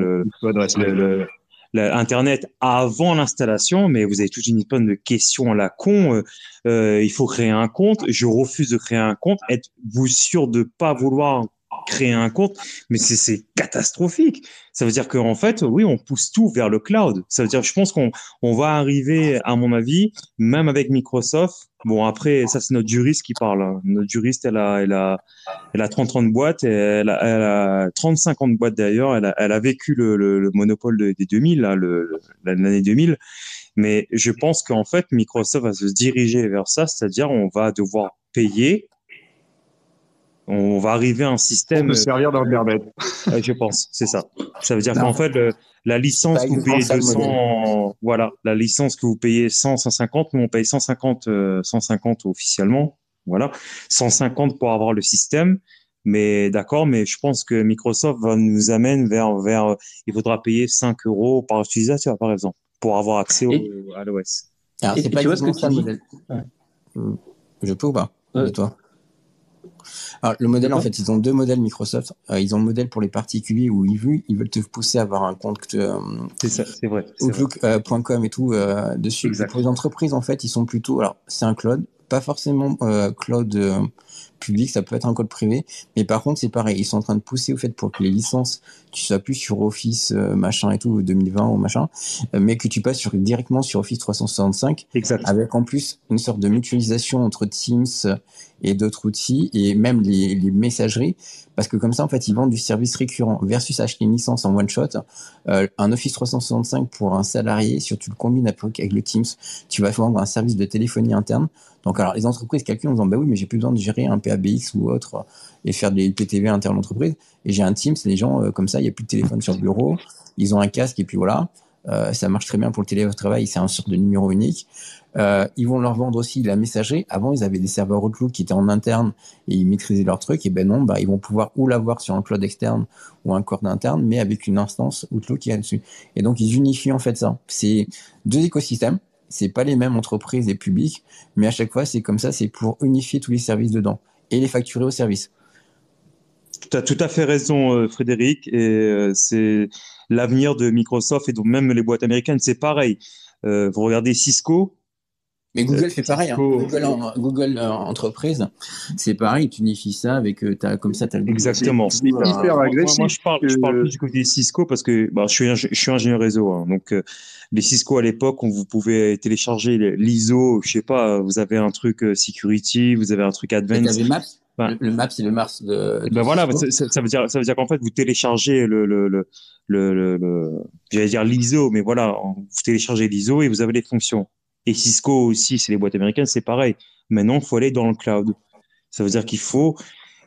Internet avant l'installation, mais vous avez toute une tonne de questions à la con. Il faut créer un compte. Je refuse de créer un compte. Êtes-vous sûr de pas vouloir créer un compte? Mais c'est catastrophique. Ça veut dire qu'en fait, oui, on pousse tout vers le cloud. Ça veut dire, je pense qu'on va arriver, à mon avis, même avec Microsoft. Bon, après, ça, c'est notre juriste qui parle. Hein. Notre juriste, elle a 30 boîtes, et elle a 30-50 boîtes d'ailleurs. Elle a vécu le monopole des 2000, là, l'année 2000. Mais je pense qu'en fait, Microsoft va se diriger vers ça, c'est-à-dire on va devoir payer. On va arriver à un système. Pour se servir dans le berbet. Je pense, c'est ça. Ça veut dire qu'en fait, la licence que vous payez 200, voilà, la licence que vous payez 150, nous on paye 150 officiellement, voilà, 150 pour avoir le système. Mais d'accord, mais je pense que Microsoft nous amène vers, il faudra payer 5 € par utilisateur, par exemple, pour avoir accès à l'OS. Alors, c'est pas tu vois ce que ça tu le dis? modèle. Je peux ou pas? Ouais. Dis-toi. Alors, le modèle, en fait, ils ont deux modèles Microsoft. Ils ont le modèle pour les particuliers où ils veulent te pousser à avoir un compte c'est ça, c'est vrai. Outlook.com et tout dessus. Exact. Pour les entreprises, en fait, ils sont plutôt. Alors, c'est un cloud, pas forcément cloud public, ça peut être un code privé, mais par contre, c'est pareil. Ils sont en train de pousser au fait pour que les licences, tu sois plus sur Office machin et tout 2020 ou machin, mais que tu passes directement sur Office 365, Exact. avec en plus une sorte de mutualisation entre Teams et d'autres outils et même les messageries, parce que comme ça, en fait, ils vendent du service récurrent versus acheter une licence en one shot. Un Office 365 pour un salarié, si tu le combines avec le Teams, tu vas vendre un service de téléphonie interne. Donc, alors, les entreprises calculent en disant, bah oui, mais j'ai plus besoin de gérer un PABX ou autre et faire des PTV interne l'entreprise. Et j'ai un Teams, les gens, comme ça, il n'y a plus de téléphone sur le bureau, ils ont un casque et puis voilà. Ça marche très bien pour le télétravail, c'est un sorte de numéro unique. Ils vont leur vendre aussi la messagerie. Avant, ils avaient des serveurs Outlook qui étaient en interne et ils maîtrisaient leur truc. Et ben non, ils vont pouvoir ou l'avoir sur un cloud externe ou un cloud interne, mais avec une instance Outlook qui est dessus. Et donc, ils unifient en fait ça. C'est deux écosystèmes. C'est pas les mêmes entreprises et publics, mais à chaque fois, c'est comme ça. C'est pour unifier tous les services dedans et les facturer au service. Tu as tout à fait raison, Frédéric, et c'est l'avenir de Microsoft et donc même les boîtes américaines, c'est pareil. Vous regardez Cisco. Mais Google fait pareil. Cisco, Google entreprise, c'est pareil. Tu unifies ça avec comme ça, t'as le exactement. C'est hyper agressif. Moi, je parle plus du côté Cisco parce que je suis ingénieur réseau. Hein, donc, les Cisco à l'époque, où vous pouvez télécharger l'ISO, je sais pas, vous avez un truc security, vous avez un truc advanced. Et Maps. Le Maps, c'est le Mars de ben voilà, ça veut dire qu'en fait, vous téléchargez j'allais dire l'ISO, mais voilà, vous téléchargez l'ISO et vous avez les fonctions. Et Cisco aussi, c'est les boîtes américaines, c'est pareil. Maintenant, il faut aller dans le cloud. Ça veut dire qu'il faut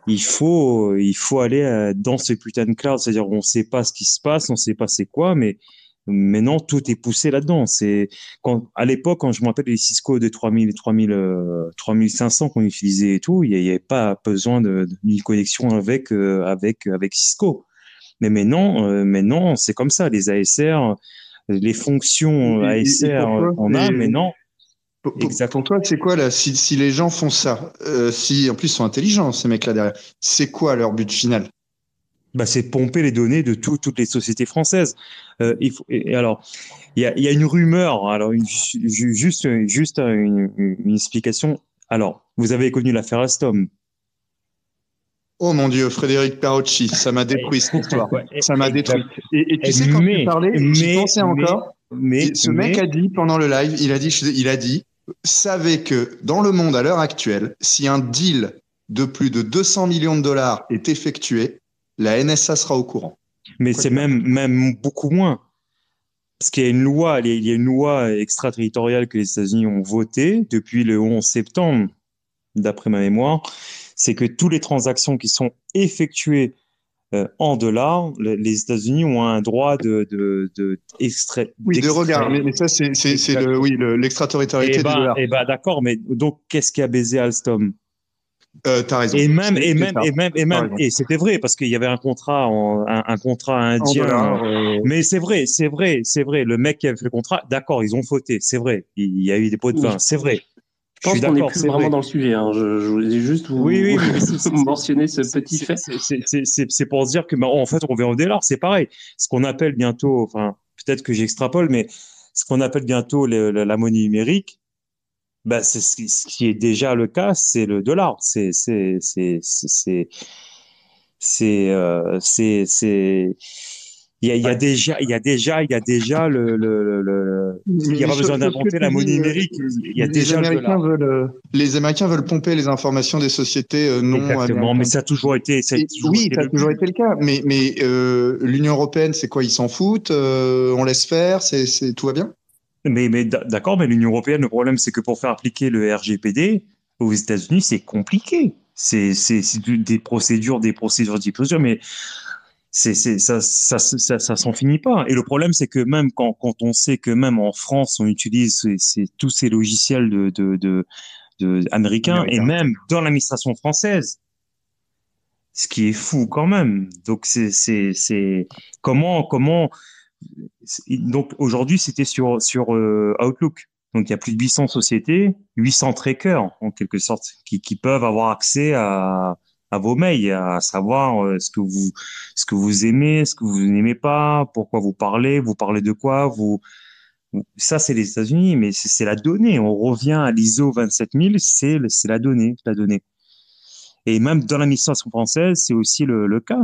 aller dans ce putain de cloud. C'est-à-dire, on ne sait pas ce qui se passe, on ne sait pas c'est quoi, mais maintenant, tout est poussé là-dedans. À l'époque, quand je me rappelle les Cisco de 3500 qu'on utilisait et tout, il n'y avait pas besoin d'une connexion avec Cisco. Mais maintenant, c'est comme ça. Les ASR, les fonctions ASR, on a, mais non. Pour toi, c'est quoi là, si les gens font ça, si en plus ils sont intelligents ces mecs-là derrière, c'est quoi leur but final? C'est pomper les données de toutes les sociétés françaises. Alors, il y a une rumeur. Alors, juste une explication. Alors, vous avez connu l'affaire Alstom. Oh mon Dieu, Frédéric Perrocci, ça m'a détruit cette histoire. Ça m'a détruit. Et tu sais, quand tu parlais, j'y pensais encore. Ce mec a dit pendant le live, il a dit, savez que dans le monde à l'heure actuelle, si un deal de plus de 200 millions de dollars est effectué, la NSA sera au courant. Mais c'est même beaucoup moins. Parce qu'il y a une loi extraterritoriale que les États-Unis ont votée depuis le 11 septembre, d'après ma mémoire. C'est que toutes les transactions qui sont effectuées en dollars, les États-Unis ont un droit d'extrait. Oui, de regard. Mais ça, c'est l'extraterritorialité du dollar. D'accord. Mais donc, qu'est-ce qui a baisé Alstom? T'as raison. Et c'était vrai parce qu'il y avait un contrat indien. Mais c'est vrai. Le mec qui avait fait le contrat, d'accord, ils ont fauté, c'est vrai. Il y a eu des pots de vin, c'est vrai. Je pense qu'on n'est plus vraiment dans le sujet. Hein. Je voulais juste vous mentionner ce petit fait. C'est pour se dire que, en fait, on revient au dollar. C'est pareil. Ce qu'on appelle bientôt, enfin, peut-être que j'extrapole, mais ce qu'on appelle bientôt la monnaie numérique, c'est ce qui est déjà le cas, c'est le dollar. Il y a déjà il n'y a pas besoin d'inventer la monnaie numérique. Il y a déjà les Américains veulent pomper les informations des sociétés non exactement, mais ça a toujours été le cas. Mais l'Union européenne, c'est quoi? Ils s'en foutent, on laisse faire, tout va bien? Mais d'accord, mais l'Union européenne, le problème, c'est que pour faire appliquer le RGPD aux États-Unis, c'est compliqué. C'est des procédures, mais ça s'en finit pas. Et le problème, c'est que même quand on sait que même en France, on utilise tous ces logiciels américains et même dans l'administration française, ce qui est fou quand même. Donc c'est comment. Donc aujourd'hui, c'était sur Outlook. Donc il y a plus de 800 sociétés, 800 trackers en quelque sorte, qui peuvent avoir accès à vos mails, à savoir ce que vous aimez, ce que vous n'aimez pas, pourquoi vous parlez de quoi, ça c'est les États-Unis, mais c'est la donnée. On revient à l'ISO 27000, c'est la donnée. Et même dans l'administration française, c'est aussi le cas.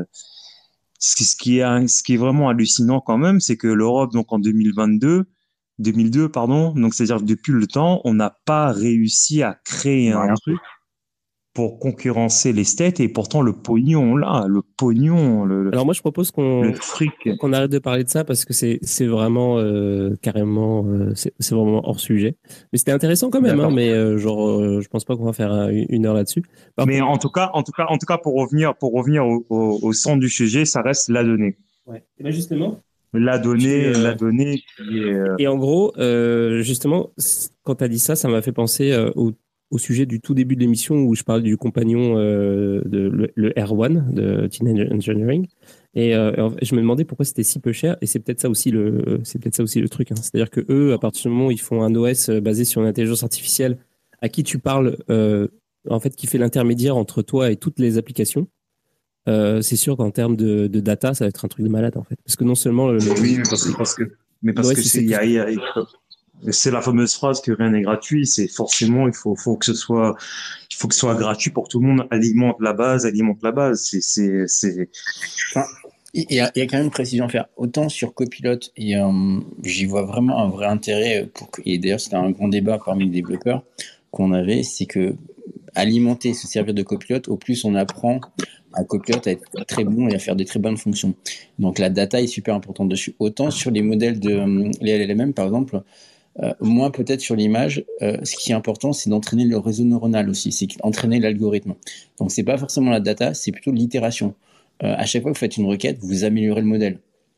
Ce qui est vraiment hallucinant quand même, c'est que l'Europe, donc en 2022, 2002, pardon. Donc, c'est-à-dire que depuis le temps, on n'a pas réussi à créer un truc pour concurrencer les stats et pourtant le pognon, là, le pognon, Alors moi, je propose le fric. qu'on arrête de parler de ça parce que c'est vraiment carrément c'est vraiment hors sujet. Mais c'était intéressant quand même, hein, D'accord. mais je pense pas qu'on va faire une heure là-dessus. Mais en tout cas, pour revenir au centre du sujet, ça reste la donnée. Ouais. Et ben justement, La donnée qui est. et en gros, justement, quand tu as dit ça, ça m'a fait penser au sujet du tout début de l'émission où je parlais du compagnon le R1 de Teenage Engineering. Et je me demandais pourquoi c'était si peu cher. Et c'est peut-être ça aussi le truc, hein. C'est-à-dire que eux, à partir du moment où ils font un OS basé sur une intelligence artificielle à qui tu parles, en fait, qui fait l'intermédiaire entre toi et toutes les applications. C'est sûr qu'en termes de data, ça va être un truc de malade en fait. Parce que non seulement Oui, parce que c'est la fameuse phrase que rien n'est gratuit. C'est forcément il faut que ce soit gratuit pour que tout le monde alimente la base. Enfin, il y a quand même une précision à faire. Autant sur Copilot, j'y vois vraiment un vrai intérêt et d'ailleurs c'était un grand débat parmi les développeurs qu'on avait, c'est que alimenter, se servir de Copilot, au plus on apprend à Copilot à être très bon et à faire des très bonnes fonctions. Donc la data est super importante dessus. Autant sur les modèles les LLM par exemple, moi peut-être sur l'image, ce qui est important c'est d'entraîner le réseau neuronal aussi, c'est d'entraîner l'algorithme. Donc c'est pas forcément la data, c'est plutôt l'itération. À chaque fois que vous faites une requête, vous améliorez le modèle.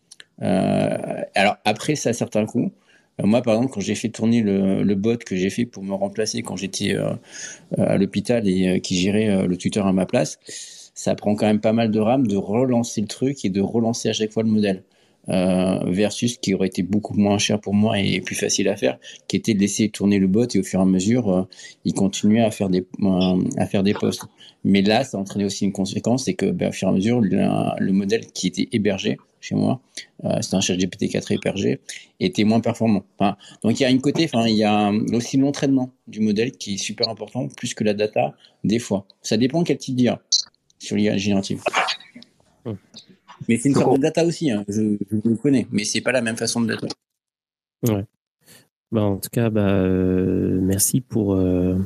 Alors après, ça a certains coûts. Moi, par exemple, quand j'ai fait tourner le bot que j'ai fait pour me remplacer quand j'étais à l'hôpital et qui gérait le tuteur à ma place, ça prend quand même pas mal de RAM de relancer le truc et de relancer à chaque fois le modèle. Versus ce qui aurait été beaucoup moins cher pour moi et plus facile à faire, qui était de laisser tourner le bot et au fur et à mesure, il continuait à faire des posts. Mais là, ça entraînait aussi une conséquence, c'est que au fur et à mesure, le modèle qui était hébergé chez moi, c'était un ChatGPT 4 hébergé, était moins performant. Enfin, donc il y a une côté, enfin il y a aussi l'entraînement du modèle qui est super important, plus que la data, des fois. Ça dépend quel type d'IA sur l'IA générative. Mais c'est une sorte de data aussi, hein. Je le connais, mais c'est pas la même façon de data. Ouais. Bah, en tout cas, merci pour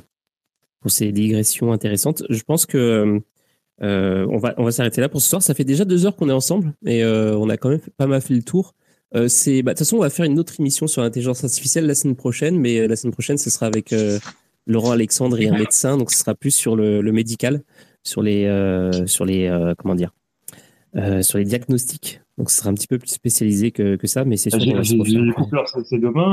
ces digressions intéressantes. Je pense que on va s'arrêter là pour ce soir. Ça fait déjà 2 heures qu'on est ensemble et on a quand même pas mal fait le tour. De toute façon, on va faire une autre émission sur l'intelligence artificielle la semaine prochaine, mais la semaine prochaine, ce sera avec Laurent Alexandre et un médecin, donc ce sera plus sur le médical, sur les comment dire, sur les diagnostics. Donc, ce sera un petit peu plus spécialisé que ça, mais c'est sûr qu'on va se refaire. Les coupeurs, c'est demain,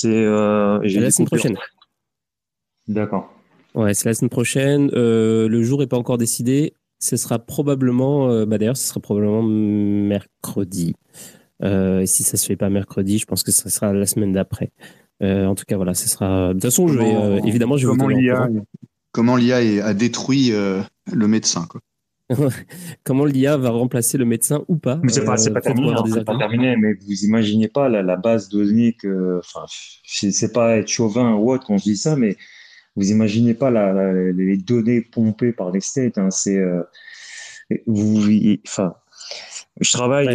La semaine prochaine. D'accord. Ouais, c'est la semaine prochaine. Le jour n'est pas encore décidé. Ce sera probablement, d'ailleurs, ce sera probablement mercredi. Et si ça se fait pas mercredi, je pense que ce sera la semaine d'après. En tout cas, voilà, ce sera. De toute façon, je vais évidemment, je vais vous tenir au courant. Comment l'IA a détruit le médecin, quoi. Comment l'IA va remplacer le médecin ou pas. Mais c'est pas terminé, mais vous imaginez pas la base de données que, enfin, c'est pas être chauvin ou autre quand je dis ça, mais vous imaginez pas les données pompées par les states, hein, enfin, je travaille,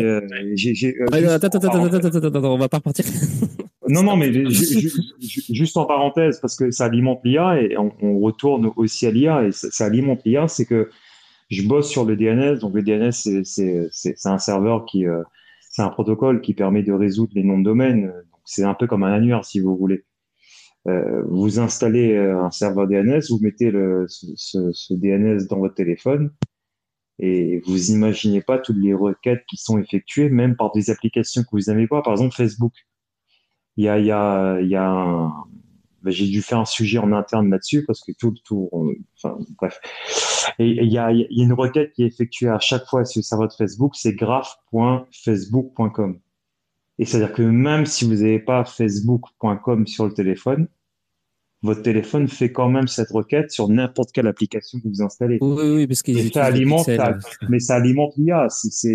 Attends, on va pas repartir. Non, mais juste en parenthèse, parce que ça alimente l'IA et on retourne aussi à l'IA et ça alimente l'IA, c'est que je bosse sur le DNS. Donc le DNS, c'est un serveur c'est un protocole qui permet de résoudre les noms de domaine. Donc c'est un peu comme un annuaire, si vous voulez. Vous installez un serveur DNS, vous mettez ce DNS dans votre téléphone et vous imaginez pas toutes les requêtes qui sont effectuées, même par des applications que vous n'avez pas. Par exemple, Facebook. Il y a j'ai dû faire un sujet en interne là-dessus parce que enfin, bref. Et il y a une requête qui est effectuée à chaque fois sur le serveur de Facebook, c'est graph.facebook.com. Et c'est-à-dire que même si vous n'avez pas facebook.com sur le téléphone, votre téléphone fait quand même cette requête sur n'importe quelle application que vous installez. Oui, parce qu'ils mais ça alimente l'IA.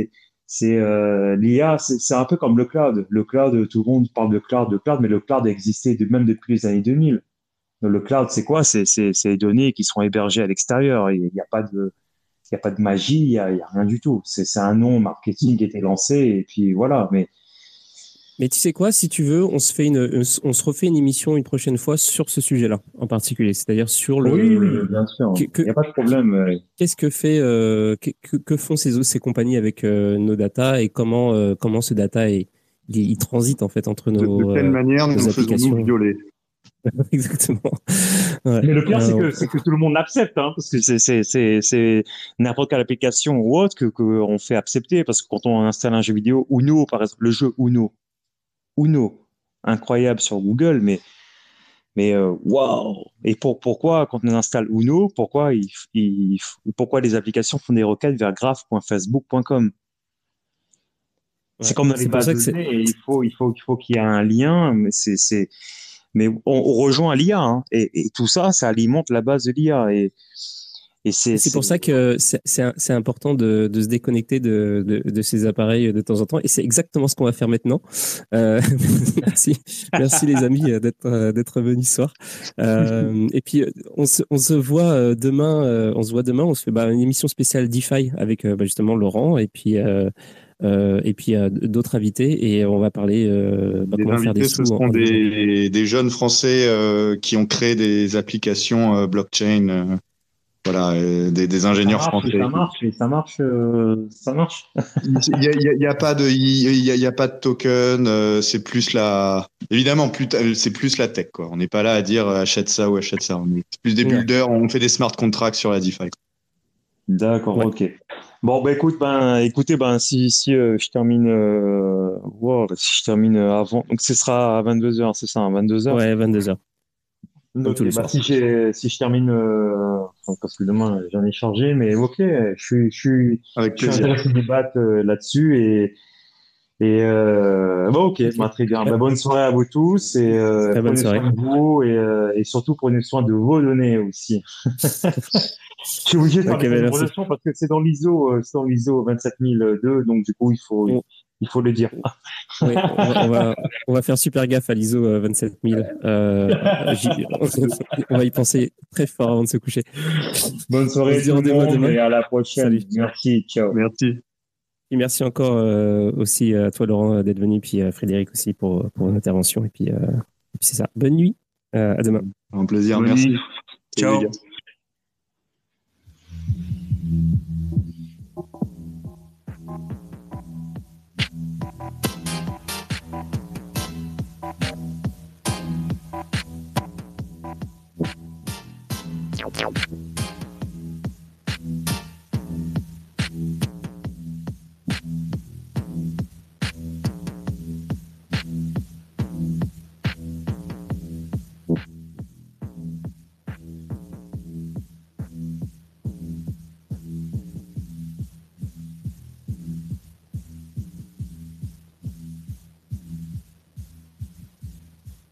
L'IA, c'est un peu comme le cloud. Le cloud, tout le monde parle de cloud, mais le cloud existait même depuis les années 2000. Le cloud, c'est quoi? C'est les données qui sont hébergées à l'extérieur. Il n'y a pas de magie, il y a rien du tout. C'est un nom marketing qui a été lancé et puis voilà. Mais Mais tu sais quoi, si tu veux, on se refait une émission une prochaine fois sur ce sujet-là en particulier, c'est-à-dire sur Oui, bien sûr. Il n'y a pas de problème. Qu'est-ce que que font ces compagnies avec nos data et comment ce data il transite en fait entre De quelle manière nous faisons-nous violer? Exactement. Ouais. Mais le pire, c'est que tout le monde l'accepte, hein, parce que c'est n'importe quelle application ou autre que on fait accepter, parce que quand on installe un jeu vidéo, Uno, par exemple, le jeu Uno, incroyable sur Google, mais waouh! Et pourquoi, quand on installe Uno, pourquoi les applications font des requêtes vers graph.facebook.com? C'est comme dans les bases de données, et il faut qu'il y ait un lien, mais on rejoint l'IA, hein, et tout ça, ça alimente la base de l'IA, et c'est pour ça que c'est important de se déconnecter de ces appareils de temps en temps, et c'est exactement ce qu'on va faire maintenant. Merci les amis d'être venus ce soir. Et puis on se voit demain. On se voit demain. On se fait une émission spéciale DeFi avec justement Laurent et puis d'autres invités, et on va parler comment faire des sous. Ce seront des jeunes Français qui ont créé des applications blockchain. Voilà, des ingénieurs français. Ça marche. Il y a pas de token. C'est plus évidemment, c'est plus la tech, quoi. On n'est pas là à dire achète ça ou achète ça. On est plus des builders. On fait des smart contracts sur la DeFi. D'accord, ouais. Ok. Bon, écoutez, si je termine, si je termine avant, donc ce sera à 22h, c'est ça, à 22h? Ouais, 22h. Okay, si je termine, parce que demain j'en ai chargé, mais ok, je suis intéressé de débattre là-dessus, ok, très bien. Bonne soirée à vous tous, et prenez soin de vous, et surtout prenez soin de vos données aussi. Je suis obligé de faire des recommandations parce que c'est dans l'ISO 27002, donc du coup il faut le dire. Oui, on va faire super gaffe à l'ISO 27000. On va y penser très fort avant de se coucher. Bonne soirée tout le monde, et à la prochaine. Salut. Merci, ciao. Merci. Et merci encore aussi à toi Laurent d'être venu, puis Frédéric aussi pour l'intervention, et puis c'est ça. Bonne nuit, à demain. Un plaisir, merci. Ciao. Ciao.